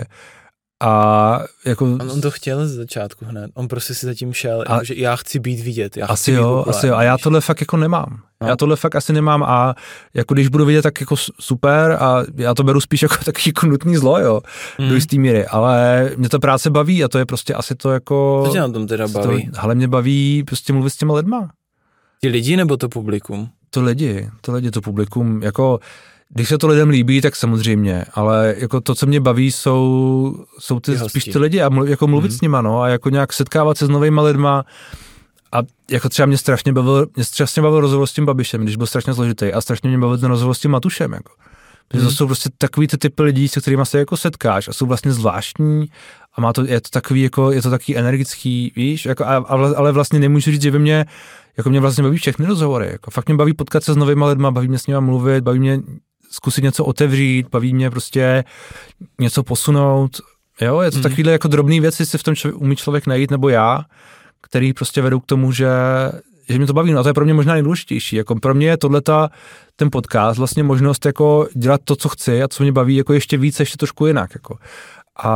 a jako... On, on to chtěl z začátku hned, on prostě si zatím šel, a... že já chci být vidět, já asi chci jo, být populární. Asi jo, a já tohle fakt jako nemám. No. Já tohle fakt asi nemám a jako když budu vidět, tak jako super a já to beru spíš jako takový jako nutný zlo, jo, mm. do jistý míry, ale mě to práce baví a to je prostě asi to jako... Co tě na tom teda baví? To, ale mě baví prostě mluvit s těma lidma. Ti lidi nebo to publikum? To lidi, to lidi, to publikum, jako, když se to lidem líbí, tak samozřejmě, ale jako to, co mě baví, jsou, jsou ty, spíš ty lidi a mluv, jako mluvit mm-hmm. s nima, no, a jako nějak setkávat se s novýma lidma a jako třeba mě strašně bavil, mě strašně bavil rozhovor s tím Babišem, když byl strašně složitý a strašně mě bavil ten rozhovor s tím Matušem, jako. Protože mm. to jsou prostě takový ty typy lidí, se kterými se jako setkáš a jsou vlastně zvláštní a má to, je to takový jako, je to takový energický, víš, jako, a, ale vlastně nemůžu říct, že by mě, jako mě vlastně baví všechny rozhovory, jako fakt mě baví potkat se s novýma lidma, baví mě s nima mluvit, baví mě zkusit něco otevřít, baví mě prostě něco posunout, jo, je to mm. takovýhle jako drobný věci, si v tom člověk, umí člověk najít, nebo já, který prostě vedou k tomu, že že mě to baví, no a to je pro mě možná nejdůležitější, jako pro mě je tohleta, ten podcast, vlastně možnost jako dělat to, co chci a co mě baví, jako ještě víc, ještě trošku jinak, jako. A,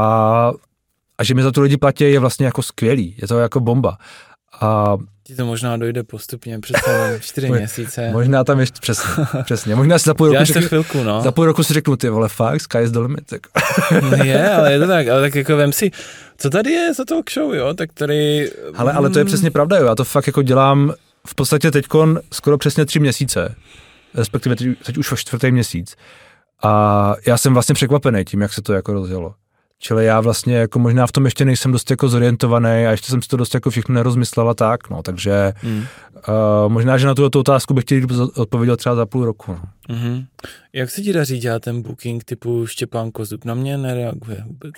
a že mi za to lidi platí, je vlastně jako skvělý, je to jako bomba. A ti to možná dojde postupně přes čtyři měsíce. Možná tam ještě, přesně, přesně, možná si za půl roku, řeknu, chvilku, no. za půl roku si řeknu, ty vole, fakt, sky is the limit. Jako. Je, ale je to tak, ale tak jako vem si, co tady je za talk show, jo, tak tady... Ale, ale to je přesně pravda, jo, já to fakt jako dělám v podstatě teďkon skoro přesně tři měsíce, respektive teď, teď už o čtvrtý měsíc. A já jsem vlastně překvapený tím, jak se to jako rozjelo. Čili já vlastně jako možná v tom ještě nejsem dost jako zorientovaný a ještě jsem si to dost jako všechno nerozmyslela tak, no, takže mm. uh, možná, že na tuto otázku bych chtěl odpověděl třeba za půl roku. No. Mm-hmm. Jak se ti daří dělat ten booking typu Štěpán Kozub? Na mě nereaguje vůbec.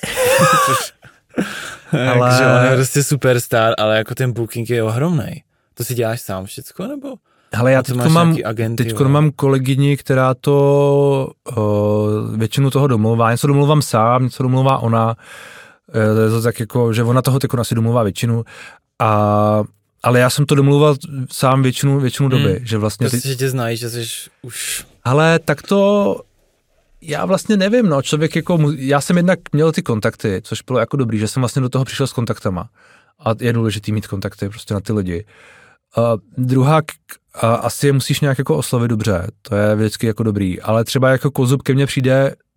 Ale... Takže on je prostě superstar, ale jako ten booking je ohromnej. To si děláš sám všecko, nebo? Hele, já teďko mám, teďko mám kolegyni, která to uh, většinu toho domluvá. Něco domluvám sám, něco domluvá ona. Je to tak jako, že ona toho teďko asi domluvá většinu. A, ale já jsem to domluval sám většinu, většinu hmm. doby. Že vlastně prostě, ty... že tě znají, že jsi už... Ale tak to... Já vlastně nevím, no, člověk jako... Já jsem jednak měl ty kontakty, což bylo jako dobrý, že jsem vlastně do toho přišel s kontaktama. A je důležitý mít kontakty prostě na ty lidi. Uh, druhá, a asi je musíš nějak jako oslovit dobře, to je vždycky jako dobrý, ale třeba jako Kozub ke mně přijde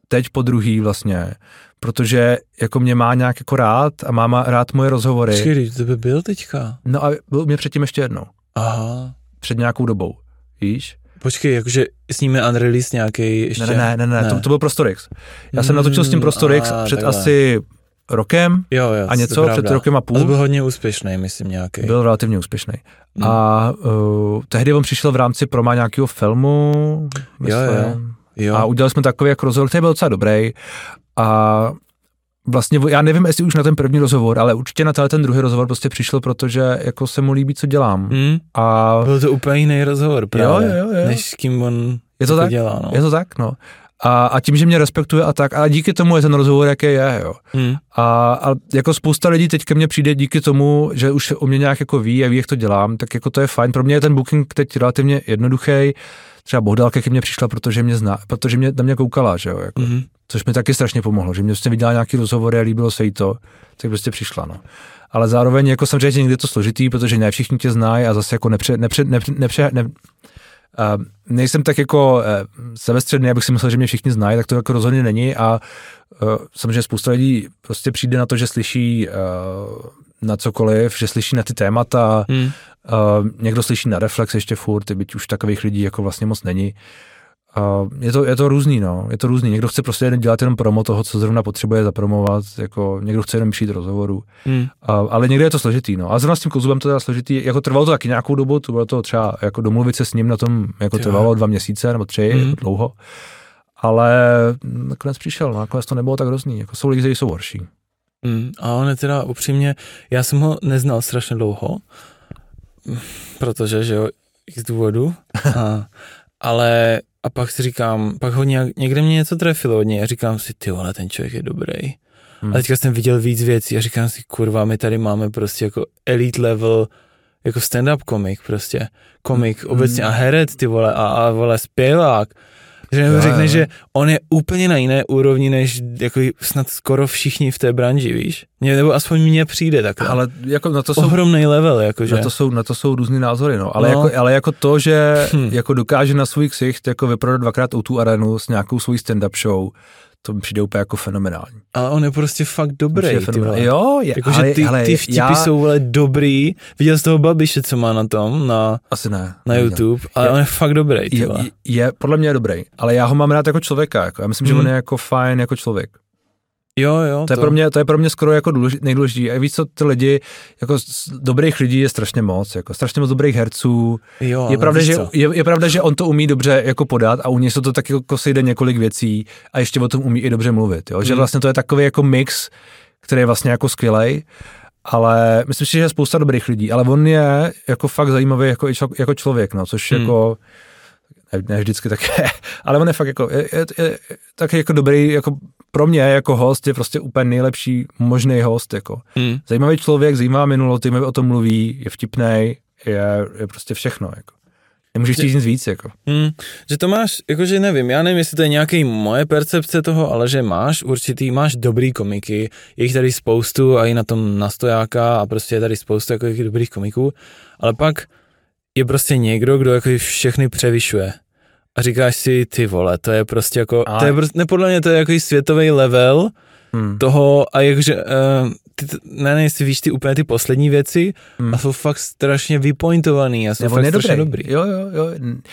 teď po druhý vlastně, protože jako mě má nějak jako rád a má, má rád moje rozhovory. Počkej, to by byl teďka. No a byl mě předtím ještě jednou. Aha. Před nějakou dobou, víš? Počkej, jakože s ním je unreleased nějaký ještě... Ne, ne, ne, ne, ne. To, to byl Prostor X. Já jsem mm, natočil s tím Prostor X před takhle. asi rokem jo, jo, a něco, před rokem a půl. A to byl hodně úspěšný, myslím, nějaký. Byl relativně úspěšný. Mm. A uh, tehdy on přišel v rámci proma nějakého filmu. Jo, jo, jo. A udělali jsme takový jako rozhovor, který byl docela dobrý. A vlastně, já nevím, jestli už na ten první rozhovor, ale určitě na ten druhý rozhovor prostě přišel, protože jako se mu líbí, co dělám. Mm. A byl to úplně jiný rozhovor právě, jo, jo, jo. než s kým on je to tak? dělá. No. Je to tak, no. A, a tím, že mě respektuje a tak, a díky tomu je ten rozhovor, jaký je, jo. Mm. A, a jako spousta lidí teď ke mně přijde díky tomu, že už o mě nějak jako ví a ví, jak to dělám, tak jako to je fajn. Pro mě je ten booking teď relativně jednoduchý. Třeba Bohdálka ke mně přišla, protože mě zná, protože mě na mě koukala, že jo, jako. Mm. Což mi taky strašně pomohlo, že mě prostě viděla nějaký rozhovory a líbilo se jí to, tak prostě přišla, no. Ale zároveň jako samozřejmě někdy je to složitý, protože ne všichni tě znají a zase jako nepře, nepře, nepře, nepře, ne, Uh, nejsem tak jako uh, sebestředný, abych si myslel, že mě všichni znají, tak to jako rozhodně není a uh, samozřejmě spousta lidí prostě přijde na to, že slyší uh, na cokoliv, že slyší na ty témata, hmm. uh, někdo slyší na Reflex ještě furt, byť už takových lidí jako vlastně moc není. Uh, je, to, je to různý, no, je to různý. Někdo chce prostě dělat jenom promo toho, co zrovna potřebuje zapromovat, jako někdo chce jenom přijít rozhovoru, hmm. uh, ale někdy je to složitý, no. A zrovna s tím Kozubem to je složitý, jako trvalo to taky nějakou dobu, to bylo to třeba jako domluvit se s ním na tom, jako trvalo dva měsíce nebo tři, hmm. jako dlouho, ale nakonec přišel, no, nakonec to nebylo tak hrozný, jako jsou lidi, kteří jsou horší. Hmm. A on je teda upřímně, já jsem ho neznal strašně dlouho, protože, že jo, z důvodu, a, ale a pak si říkám, pak ho nějak, někde mě něco trefilo od něj a říkám si, ty vole, ten člověk je dobrý. Hmm. A teďka jsem viděl víc věcí a říkám si, kurva, my tady máme prostě jako elite level, jako stand-up komik prostě, komik hmm. obecně a herec, ty vole, a, a vole, zpěvák. Že mi řekne, že on je úplně na jiné úrovni, než jako snad skoro všichni v té branži, víš? Mě, nebo aspoň mně přijde takhle. Ale jako na to jsou... Ohromný level, jakože. Na to jsou, na to jsou různý názory, no. Ale, no. Jako, ale jako to, že hm. jako dokáže na svůj ksicht jako vyprodat dvakrát o tu arenu s nějakou svojí stand-up show, to mi přijde úplně jako fenomenální. Ale on je prostě fakt dobrý, ty vole. Jo, je, jako, ale, ty, ale ty vtipy já... jsou vole dobrý. Viděl jsi toho Babiše, co má na tom, na, Asi ne, na YouTube, ale je, on je fakt dobrý, ty je, vole. Je, je, podle mě je dobrý, ale já ho mám rád jako člověka, jako. Já myslím, hmm. že on je jako fajn jako člověk. Jo, jo. To, to. Je pro mě, to je pro mě skoro jako nejdůležitější. A víc co ty lidi, jako dobrých lidí je strašně moc, jako strašně moc dobrých herců. Jo, je, pravda, že, je, je pravda, že on to umí dobře jako podat a u něj se to taky jako sejde několik věcí a ještě o tom umí i dobře mluvit. Jo? Že hmm. vlastně to je takový jako mix, který je vlastně jako skvělej, ale myslím si, že je spousta dobrých lidí, ale on je jako fakt zajímavý jako, jako člověk, no, což hmm. jako ne, ne vždycky tak je, ale on je fakt jako, je, je, je taky jako dobrý, jako pro mě jako host je prostě úplně nejlepší možný host, jako. Hmm. Zajímavý člověk, zajímavá minulost, zajímavý o tom mluví, je vtipnej, je, je prostě všechno, jako. Nemůžeš chtít nic víc, jako. Hmm. Že to máš, jakože nevím, já nevím, jestli to je nějaký moje percepce toho, ale že máš určitý, máš dobrý komiky, je jich tady spoustu a i na tom na Stojáka a prostě je tady spoustu jako dobrých komiků, ale pak je prostě někdo, kdo jako všechny převyšuje. A říkáš si, ty vole, to je prostě jako, a... to je prostě, ne, podle mě to je jako světový level hmm. toho a jakože, uh, ty, ne, ne, jestli víš ty úplně ty poslední věci hmm. a jsou fakt strašně vypointovaný a jsou Nebo fakt strašně dobrý. Jo, jo, jo.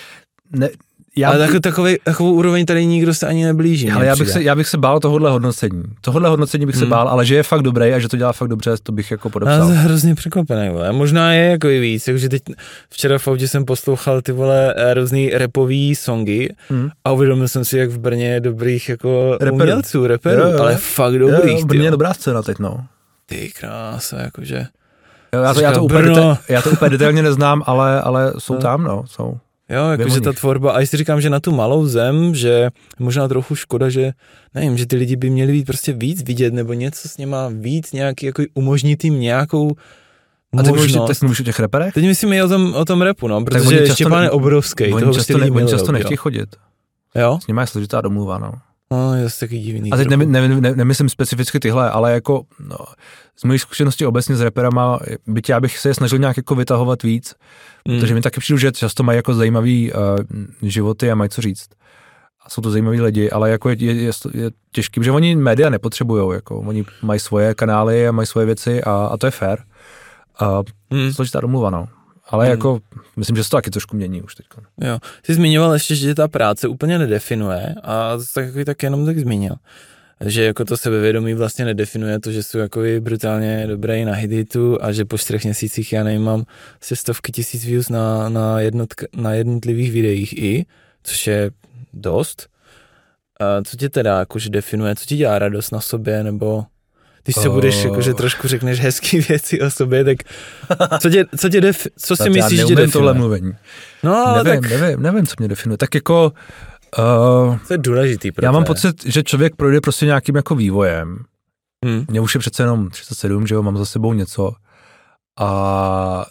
Ne, já ale tak, takovej, takovou úroveň tady nikdo se ani neblíží. Ale já bych, se, já bych se bál tohohle hodnocení. Tohohle hodnocení bych hmm. se bál, ale že je fakt dobrý a že to dělá fakt dobře, to bych jako podepsal. Já jsem hrozně překvapený, vole. Možná je jako i víc, jakože teď včera v autě jsem poslouchal ty vole různý rapový songy hmm. a uvědomil jsem si, jak v Brně je dobrých jako Reperu. umělců, reperů, jo, jo. ale fakt dobrých. Jo, jo, v Brně je dobrá scéna teď, no. Ty krása, jakože. Jo, já, to, já, to úplně deta- já to úplně detailně neznám, ale, ale jsou tam, no, jsou. Jo, jakože ta tvorba, a jestli říkám, že na tu malou zem, že možná trochu škoda, že nevím, že ty lidi by měli být prostě víc vidět, nebo něco s něma víc, nějaký, jako umožnit jim nějakou a ty možnost. Teď mluvíš o těch reperech? Teď myslím i o tom, o tom rapu, no, protože Štěpán je obrovský. Oni toho často, ne, oni často nechtějí chodit. Jo? S nimi je složitá domluva, no. No, je to taky divný. A teď ne, ne, ne, nemyslím specificky tyhle, ale jako no, z mojich zkušeností obecně s reperama, byť já bych se je snažil nějak jako vytahovat víc, mm. protože mi taky přijdu, že často mají jako zajímavý uh, životy a mají co říct. a jsou to zajímaví lidi, ale jako je, je, je, je těžký, protože oni média nepotřebujou, jako oni mají svoje kanály a mají svoje věci a, a to je fair. A hmm. složitá domluva, no. Ale hmm. jako, myslím, že se to taky trošku mění už teď. Jo, jsi zmiňoval ještě, že ta práce úplně nedefinuje a to tak, tak jenom tak zmínil. Že jako to sebevědomí vlastně nedefinuje to, že jsou jako brutálně dobrý na hitu a že po čtyřech měsících, já nevím, mám se stovky tisíc views na, na, jednotka, na jednotlivých videích i, což je dost. A co tě teda jakože definuje, co ti dělá radost na sobě, nebo když se uh, budeš jakože trošku řekneš hezký věci o sobě, tak co tě, co tě def, co si myslíš, že tě definuje? Tohle mluvení. No, nevím, tak... nevím, nevím, co mě definuje. Tak jako Uh, to je důležitý pro já mám pocit, že člověk projde prostě nějakým jako vývojem. Hmm. Mně už je přece jenom třicet sedm, že jo, mám za sebou něco. A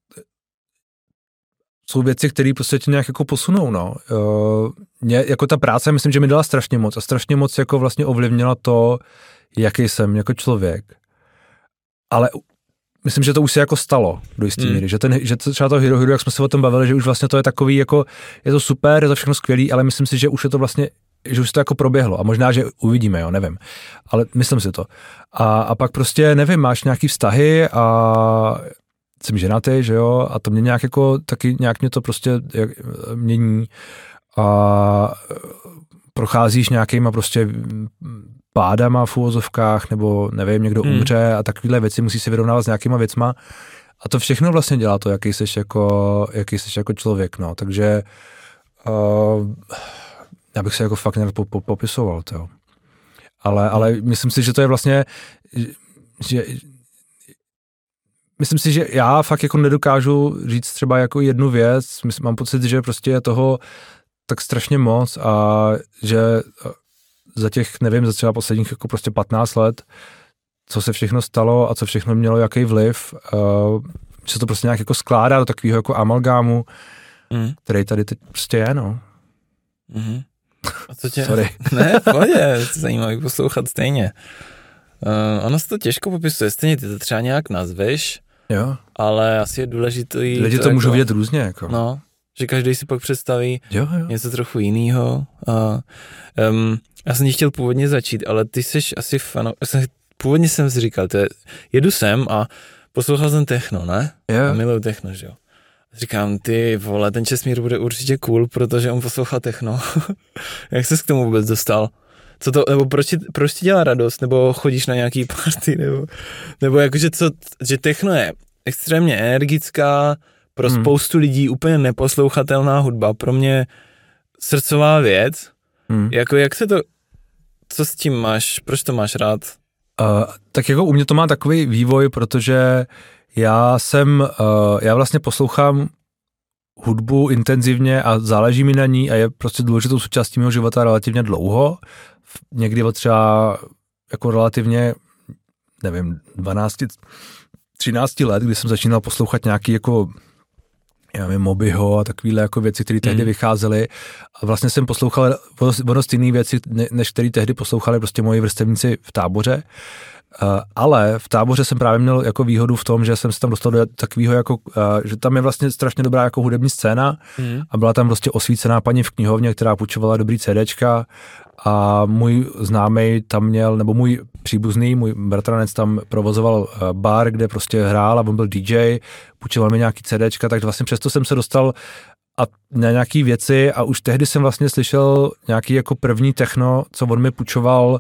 jsou věci, které prostě tě nějak jako posunou, no. Uh, mě, jako ta práce, myslím, že mi dala strašně moc. A strašně moc jako vlastně ovlivnila to, jaký jsem jako člověk. Ale myslím, že to už se jako stalo do jistý míry, mm. že, ten, že třeba to Hero Hero, jak jsme se o tom bavili, že už vlastně to je takový jako, je to super, je to všechno skvělý, ale myslím si, že už je to vlastně, že už to jako proběhlo a možná, že uvidíme, jo, nevím, ale myslím si to. A, a pak prostě, nevím, máš nějaký vztahy a jsem ženatý, že jo, a to mě nějak jako, taky nějak mě to prostě jak, mění a procházíš nějakýma prostě pádama v uvozovkách, nebo nevím, někdo hmm. umře a takovéhle věci musí se vyrovnávat s nějakýma věcma a to všechno vlastně dělá to, jaký jsi jako, jaký jsi jako člověk, no, takže uh, já bych se jako fakt nějak po, po, popisoval, to. Ale, ale myslím si, že to je vlastně, že myslím si, že já fakt jako nedokážu říct třeba jako jednu věc, mám pocit, že prostě je toho tak strašně moc a že za těch, nevím, za třeba posledních jako prostě patnáct let, co se všechno stalo a co všechno mělo jaký vliv, uh, že to prostě nějak jako skládá do takového jako amalgámu, mm. který tady teď prostě je, no. Mm. A co tě... Sorry. Ne, pohodě, je to zajímavý poslouchat stejně. Uh, ono se to těžko popisuje, stejně ty to třeba nějak nazveš, jo. Ale asi je důležitý... Lidi to, to můžou jako, vidět různě, jako. No, že každý si pak představí jo, jo. něco trochu jinýho. A, um, já jsem chtěl původně začít, ale ty jsi asi fan. Původně jsem si říkal, to je, jedu sem a poslouchal jsem techno, ne? Yeah. A miluju techno, že jo. Říkám, ty vole, ten Čestmír bude určitě cool, protože on poslouchá techno. Jak ses k tomu vůbec dostal? Co to, nebo proč ti, proč ti dělá radost? Nebo chodíš na nějaký party? Nebo, nebo jakože co, že techno je extrémně energická, pro hmm. spoustu lidí úplně neposlouchatelná hudba, pro mě srdcová věc. Hmm. Jako jak se to, co s tím máš, proč to máš rád? Uh, tak jako u mě to má takový vývoj, protože já jsem, uh, já vlastně poslouchám hudbu intenzivně a záleží mi na ní a je prostě důležitou součástí mého života relativně dlouho. Někdy od třeba jako relativně, nevím, dvanáct, třináct let, kdy jsem začínal poslouchat nějaký jako já nevím, Mobyho a takovýhle jako věci, které tehdy mm. vycházely. A vlastně jsem poslouchal dost jiný věci, než které tehdy poslouchali prostě moji vrstevníci v Táboře. Uh, ale v Táboře jsem právě měl jako výhodu v tom, že jsem se tam dostal do takového jako, uh, že tam je vlastně strašně dobrá jako hudební scéna mm. a byla tam prostě osvícená paní v knihovně, která půjčovala dobrý CDčka a můj známej tam měl, nebo můj příbuzný, můj bratranec tam provozoval bar, kde prostě hrál a on byl D J, půjčoval mi nějaký CDčka, takže vlastně přesto jsem se dostal a na nějaký věci a už tehdy jsem vlastně slyšel nějaký jako první techno, co on mi půjčoval,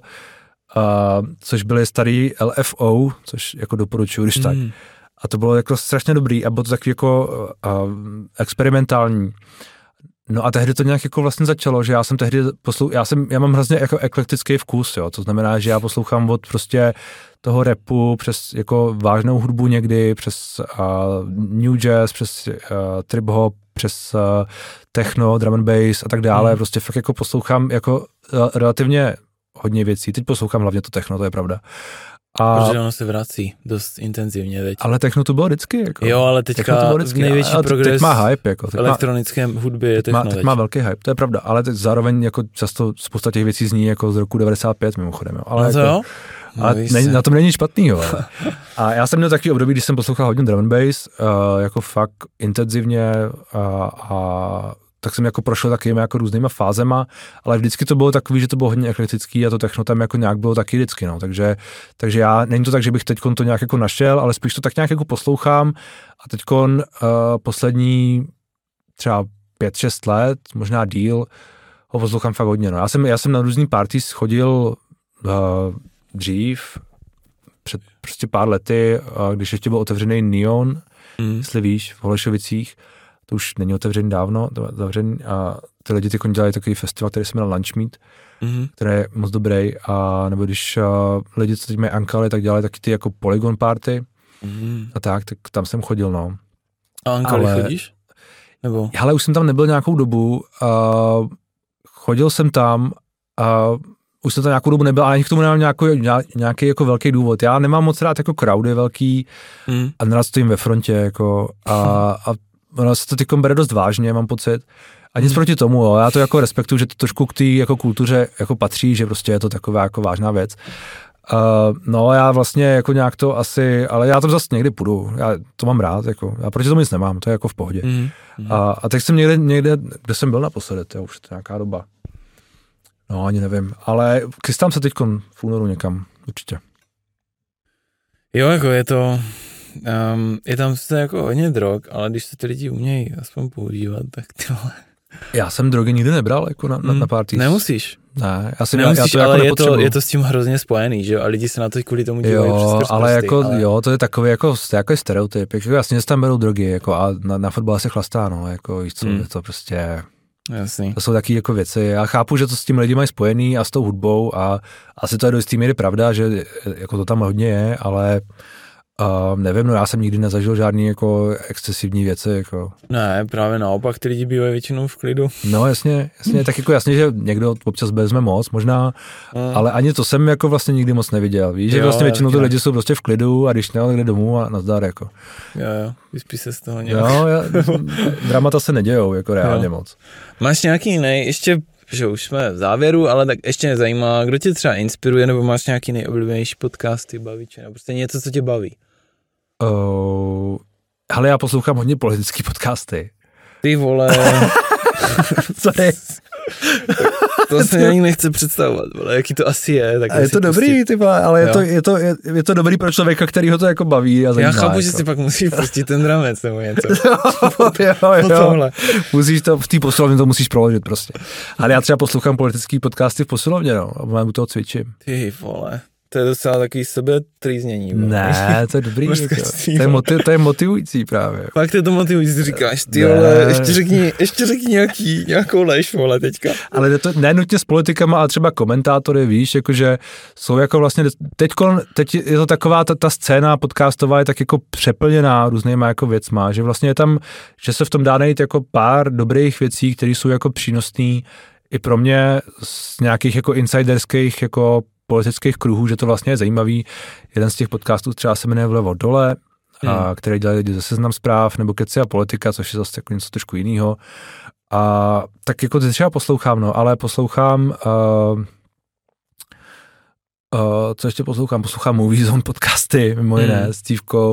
Uh, což byly starý L F O, což jako doporučuji, když mm. tak. A to bylo jako strašně dobrý a bylo to takový jako uh, experimentální. No a tehdy to nějak jako vlastně začalo, že já jsem tehdy poslou, já jsem, já mám hrozně jako eklektický vkus, jo, to znamená, že já poslouchám od prostě toho rapu přes jako vážnou hudbu někdy, přes uh, new jazz, přes uh, trip hop, přes uh, techno, drum and bass a tak dále, mm. prostě fakt jako poslouchám jako uh, relativně hodně věcí. Teď poslouchám hlavně to techno, to je pravda. A protože ono se vrací dost intenzivně teď. Ale techno to bylo vždycky. Jako. Jo, ale teďka vždycky. největší ale progres teď má hype. Jako. V elektronické hudbě je techno. Teď má, teď má velký hype, to je pravda. Ale teď zároveň jako často spousta těch věcí zní jako z roku devadesát pět mimochodem. Jo. Ale no to jako, jo? Ale no, ne, na tom není špatnýho. A já jsem měl takový období, když jsem poslouchal hodně drum and bass, uh, jako fakt intenzivně uh, a tak jsem jako prošel takovými jako různýma fázema, ale vždycky to bylo takový, že to bylo hodně eklektický a to techno tam jako nějak bylo taky vždycky, no, takže, takže já, není to tak, že bych teď to nějak jako našel, ale spíš to tak nějak jako poslouchám a teď uh, poslední třeba pět, šest let, možná díl, ho poslouchám fakt hodně, no. Já jsem, já jsem na různý parties chodil uh, dřív, před prostě pár lety, uh, když ještě byl otevřený Neon, mm. jestli víš, v Holešovicích, to už není otevřený dávno, otevřený a ty lidi teď dělají takový festival, který se jmenuje Lunch Meet, mm. který je moc dobrý, a nebo když uh, lidi, co teď mají Ankaly, tak dělají taky ty jako Polygon party mm. a tak, tak tam jsem chodil, no. A Ankaly ale, chodíš? Nebo? Ale už jsem tam nebyl nějakou dobu, uh, chodil jsem tam a uh, už jsem tam nějakou dobu nebyl, ale ani k tomu nemám nějaký, nějaký jako velký důvod. Já nemám moc rád jako crowdy velký mm. a nerad stojím ve frontě jako a, a ono se to tykom bere dost vážně, mám pocit. A nic mm. proti tomu, jo. Já to jako respektuju, že to trošku k té jako kultuře jako patří, že prostě je to taková jako vážná věc. Uh, no já vlastně jako nějak to asi, ale já tam zase někdy půjdu, já to mám rád, jako, já proti tomu nic nemám, to je jako v pohodě. Mm. Mm. A, a teď jsem někde, někde, kde jsem byl naposledy, to je už to nějaká doba. No, ani nevím, ale chystám se teďkon v únoru někam, určitě. Jo, jako je to, um, je tam sice jako hodně drog, ale když se ty lidi umějí aspoň používat, tak ty vole. Já jsem drogy nikdy nebral, jako na, mm, na parties. Nemusíš. Ne, já si Nemusíš, já to ale jako je, to, je to s tím hrozně spojený, že jo, a lidi se na to kvůli tomu dívají přes ale prsty, jako, ale jo, to je takový jako, jako stereotyp, jako jasně se tam berou drogy, jako a na, na fotbale se chlastá, no, jako víš co, mm. je to prostě... Jasný. To jsou taky jako věci. Já chápu, že to s tím lidi mají spojený a s tou hudbou a asi to je do jistý míry pravda, že jako to tam hodně je, ale uh, nevím, no já jsem nikdy nezažil žádný jako excesivní věci. Jako. Ne, právě naopak, ty lidi bývají většinou v klidu. No jasně, jasně, tak jako jasně, že někdo občas vezme moc, možná, mm. ale ani to jsem jako vlastně nikdy moc neviděl. Víš, jo, že vlastně většinou ty lidi jsou prostě v klidu a když ne, tak jde domů a nazdar jako. Jo, jo, vyspí se z toho nějak. Jo, já, dramata se nedějou jako reálně jo. moc. Máš nějaký jiný, ještě, že už jsme v závěru, ale tak ještě mě zajímá, kdo tě třeba inspiruje, nebo máš nějaký nejoblíbenější podcasty, bavíče, nebo prostě něco, co tě baví? Uh, hele, já poslouchám hodně politický podcasty. Ty vole. Sorry. To se ani nechce představovat, vole, jaký to asi je. Tak a je to dobrý, pustit. Ty vole, ale je to, je, to, je, je to dobrý pro člověka, který ho to jako baví a zajímá. Já chápu, jako. Že si pak musíš pustit ten ramec nebo něco. jo, jo, jo. Musíš to, v té posilovně to musíš proložit prostě. Ale já třeba poslouchám politický podcasty v posilovně, no, a mám u toho cvičím. Ty vole. To je docela takový sebetrýznění. Ne, to je dobrý. to, to, je motiv, to je motivující právě. Fakt je to motivující, říkáš, ty vole, ještě řekni, ještě řekni nějaký, nějakou lež, vole, teďka. Ale to ne nutně s politikama, ale třeba komentátory, víš, jakože jsou jako vlastně, teďko, teď je to taková, ta, ta scéna podcastová je tak jako přeplněná různýma jako věcma, že vlastně je tam, že se v tom dá najít jako pár dobrých věcí, které jsou jako přínosný i pro mě z nějakých jako insiderských jako politických kruhů, že to vlastně je zajímavý. Jeden z těch podcastů třeba se jmenuje Vlevo dole, hmm. a, který dělají lidi ze Seznam Zpráv, nebo Keci a politika, což je zase jako něco trošku jiného. A tak jako ty třeba poslouchám, no, ale poslouchám uh, uh, co ještě poslouchám? Poslouchám Movie Zone podcasty, mimo jiné, hmm. s Stívkou.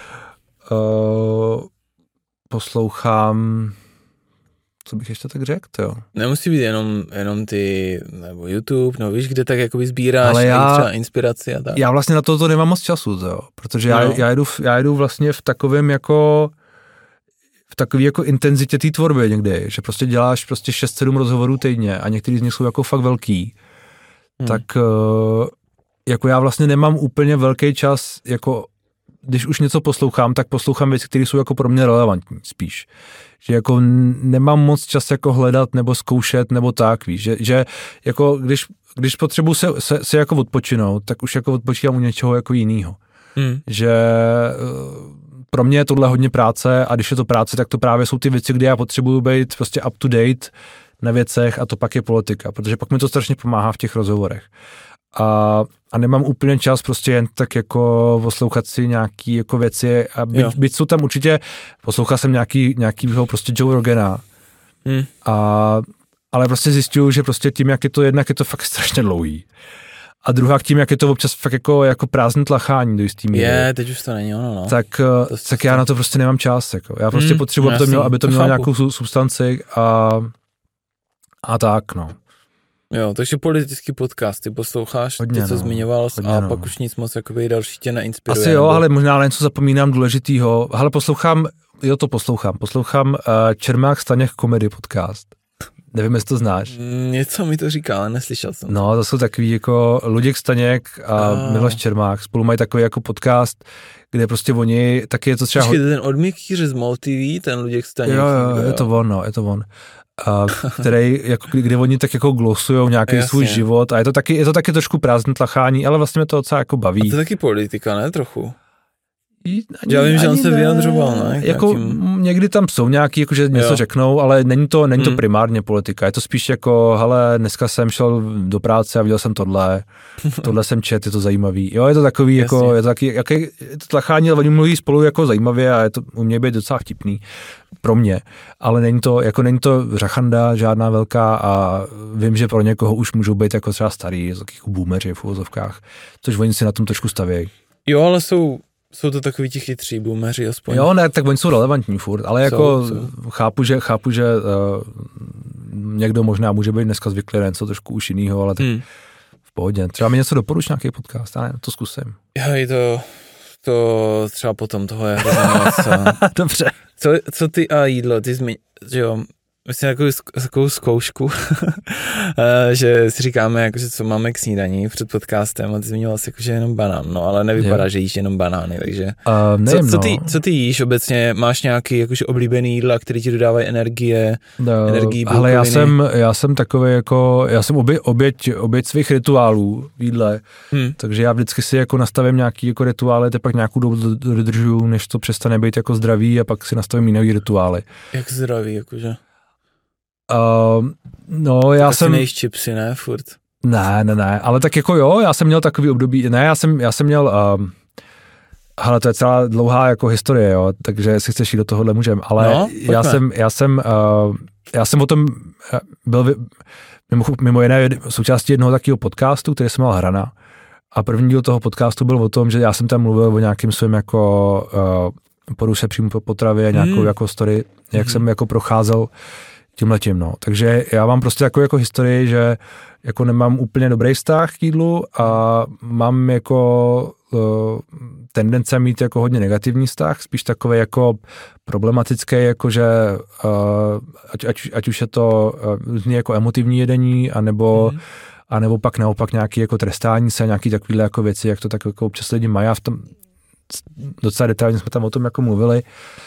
Uh, poslouchám co bych ještě tak řekl, jo. Nemusí být jenom, jenom ty, nebo YouTube, no víš, kde tak jakoby sbíráš já, třeba inspiraci a tak. Já vlastně na to nemám moc času, jo, protože no. já, já, jedu, já jedu vlastně v takovém jako, v takové jako intenzitě té tvorby někdy, že prostě děláš prostě šest sedm rozhovorů týdně a některý z nich jsou jako fakt velký, hmm. tak jako já vlastně nemám úplně velký čas, jako když už něco poslouchám, tak poslouchám věci, které jsou jako pro mě relevantní spíš. Že jako nemám moc čas jako hledat nebo zkoušet nebo tak, víš, že, že jako když, když potřebuji se, se, se jako odpočinout, tak už jako odpočívám u něčeho jako jinýho. Hmm. Že pro mě je tohle hodně práce a když je to práce, tak to právě jsou ty věci, kde já potřebuju být prostě up to date na věcech a to pak je politika, protože pak mi to strašně pomáhá v těch rozhovorech. A, a nemám úplně čas prostě jen tak jako poslouchat si nějaký jako věci a byť, byť jsou tam určitě, poslouchal jsem nějaký, nějakýho prostě Joe Rogana hmm. a, ale prostě zjišťuju, že prostě tím, jak je to jednak, je to fakt strašně dlouhý A druhá k tím, jak je to občas fakt jako, jako prázdný tlachání do jistý míry. Je, teď už to není ono, no. Tak, to tak já na to prostě nemám čas, jako. Já prostě hmm, potřebuji, aby to mělo, aby to, to mělo nějakou substanci a, a tak, no. Jo, takže politický podcast, ty posloucháš, hodně, ty co no, zmiňoval hodně, a no. Pak už nic moc jakoby další tě neinspiruje. Asi jo, nebo... ale možná něco zapomínám důležitýho. Hele, poslouchám, jo to poslouchám, poslouchám uh, Čermák Staněk Comedy podcast. Nevím, jestli to znáš. Něco mi to říká, ale neslyšel jsem. No, to jsou takový jako Luděk Staněk a oh. Miloš Čermák. Spolu mají takový jako podcast, kde prostě oni, taky je to třeba... Počkej, ten odmykýř z MOL T V, ten Luděk Staněk. Jo, jo, je to on, no, je to on. A který, jako, kde oni tak jako glosujou nějaký Jasně. svůj život a je to taky, je to taky trošku prázdné tlachání, ale vlastně mě to docela jako baví. A to je taky politika, ne? Trochu. Ani, Já vím, že on se ne. vyjadřoval, ne? Jako nějakým... někdy tam jsou nějaký, jakože něco jo. řeknou, ale není to, není to hmm. primárně politika. Je to spíš jako, hele, dneska jsem šel do práce a viděl jsem tohle, tohle jsem čet, je to zajímavý. Jo, je to takový, jako, je to taky, jaký, je to tlachání, ale oni mluví spolu jako zajímavě a je to u mě být docela vtipný. Pro mě, ale není to, jako není to řachanda žádná velká a vím, že pro někoho už můžou být jako třeba starý, takových boomeři v uvozovkách, což oni si na tom trošku stavějí. Jo, ale jsou Jsou to takový ti chytří boomeři aspoň. Jo, ne, tak oni jsou relevantní furt, ale jako jsou, jsou. chápu, že, chápu, že uh, někdo možná může být dneska zvyklý na něco trošku už jinýho, ale tak hmm. v pohodě. Třeba mi něco doporuč, nějaký podcast, já ne, to zkusím. Já to, to třeba potom toho je co. Dobře. Co, co ty a jídlo, ty zmi, že jo, myslím takovou, takovou zkoušku, že si říkáme, jako, že co máme k snídaní před podcastem a ty zmiňoval jsi, jako, že jenom banán, no ale nevypadá, je. že jíš jenom banány, takže uh, nevím, co, co, ty, no. co ty jíš obecně, máš nějaký jakože oblíbený jídla, který ti dodávají energie, no, energii, bílkoviny? Ale já jsem, já jsem takový jako, já jsem obě, oběť, oběť svých rituálů v jídle, hmm. takže já vždycky si jako nastavím nějaký jako rituály, teď pak nějakou dobu dodržuju, než to přestane být jako zdravý a pak si nastavím jiný rituály. Jak zdravý, jakože? Uh, no, já tak jsem... nejíš chipsy, ne, furt? Ne, ne, ne, ale tak jako jo, já jsem měl takový období, ne, já jsem, já jsem měl, um, hele, to je celá dlouhá jako historie, jo, takže jestli chceš jít do tohohle můžem, ale no, já jsem, já jsem, uh, já jsem o tom byl mimo, mimo jiné součástí jednoho takového podcastu, který jsem měl Hrana a první díl toho podcastu byl o tom, že já jsem tam mluvil o nějakým svém jako uh, poruše příjmu po potravě, nějakou hmm. jako story, jak hmm. jsem jako procházel tímhletím, no. Takže já mám prostě takovou jako historii, že jako nemám úplně dobrý vztah k jídlu a mám jako uh, tendence mít jako hodně negativní vztah, spíš takový jako problematický, jakože uh, ať, ať, ať už je to uh, jako emotivní jedení, anebo, mm. anebo pak naopak nějaký jako trestání se, nějaký takovýhle jako věci, jak to tak jako občas lidi mají a v tom docela detailně jsme tam o tom jako mluvili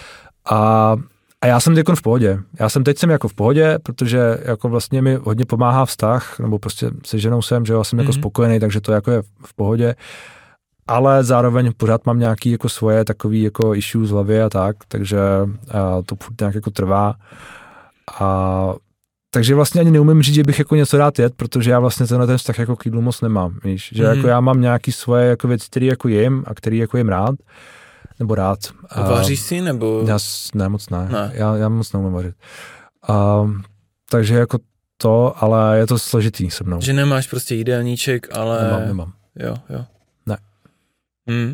a A já jsem teď v pohodě. Já jsem teď jsem jako v pohodě, protože jako vlastně mi hodně pomáhá vztah, nebo prostě se ženou jsem, že já jsem mm-hmm. jako spokojený, takže to jako je v pohodě. Ale zároveň pořád mám nějaký jako svoje takový jako issues v hlavě a tak, takže a to furt nějak jako trvá. A takže vlastně ani neumím říct, že bych jako něco rád jet, protože já vlastně tenhle ten vztah jako k jídlu moc nemám, víš? Že mm-hmm. jako já mám nějaký svoje jako věci, které jako jim a který jako jim rád. Nebo rád. A vaříš si, nebo? Já ne, moc ne. ne. Já, já moc neumím vařit. A, takže jako to, ale je to složitý se mnou. Že nemáš prostě jídelníček, ale... Nemám, nemám. Jo, jo. Ne. Hmm.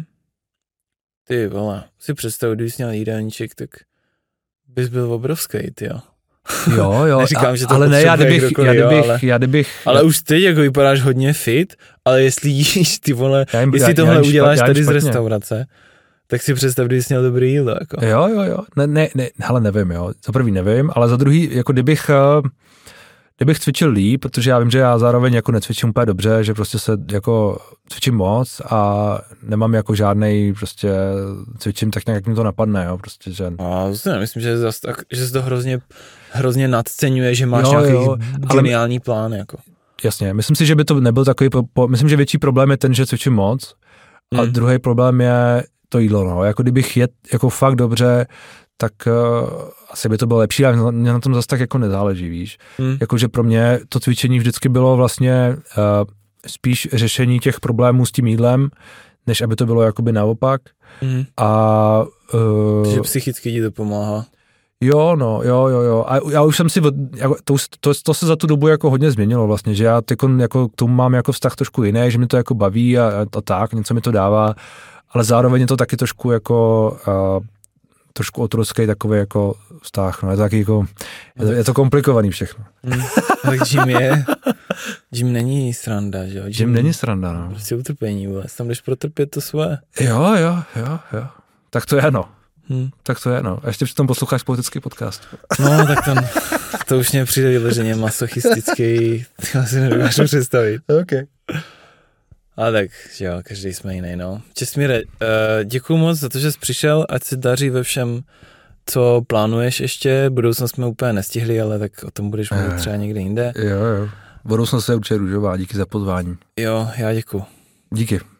Ty vole, si představu, když jsi měl jídelníček, tak bys byl obrovský, ty jo. Jo, jo. Neříkám, že to ale ne, já kdybych, já kdybych, ale, já kdybych... Ale už teď jako vypadáš hodně fit, ale jestli jíš, ty vole, jim, jestli já, tohle já uděláš špat, tady špatně. z restaurace, tak si představ, když jsi měl dobrý jídlo, jako. Jo, jo, jo. Ne, ne, ne, hele, nevím, jo. Za prvý nevím, ale za druhý, jako kdybych, kdybych cvičil líp, protože já vím, že já zároveň jako necvičím úplně dobře, že prostě se jako cvičím moc a nemám jako žádnej, prostě cvičím tak nějak, jak mi to napadne, jo, prostě, že... A to si nemyslím, že zase tak, že se to hrozně, hrozně nadceňuje, že máš jo, nějaký jo, geniální ale... plán, jako. Jasně, myslím si, že by to nebyl takový, po, myslím, že větší problém je ten, že cvičím moc a mm. druhý problém je to jídlo, no, jako kdybych jet jako fakt dobře, tak uh, asi by to bylo lepší, ale mě na tom zase tak jako nezáleží, víš. Mm. Jakože pro mě to cvičení vždycky bylo vlastně uh, spíš řešení těch problémů s tím jídlem, než aby to bylo jakoby naopak. Mm. A... Uh, že psychicky ti to pomáhá. Jo, no, jo, jo, jo. A já už jsem si, jako, to, to, to se za tu dobu jako hodně změnilo vlastně, že já tyko, jako, k tomu mám jako vztah trošku jiný, že mi to jako baví a, a tak, něco mi to dává, ale zároveň je to taky trošku jako, uh, trošku otrocký takový jako vztah, no, je to taky jako, je to, je to komplikovaný všechno. Hmm. Tak Jim je, Jim není sranda, že jo? Jim, Jim není sranda, no. Prostě utrpení vůbec, tam jdeš protrpět to svoje. Jo, jo, jo, jo. Tak to je, no. Hmm. Tak to je, no. A ještě přitom posloucháš politický podcast. No, tak tam, to už mě přijde vyloženě masochistický, to si nedokážu představit. OK. A tak, že jo, každý jsme jiný, no. Čestmíre, uh, děkuju moc za to, že jsi přišel, ať se daří ve všem, co plánuješ ještě. Budoucnost jsme úplně nestihli, ale tak o tom budeš mluvit třeba někde jinde. Jo, jo. Budoucnost je určitě růžová, díky za pozvání. Jo, já děkuju. Díky.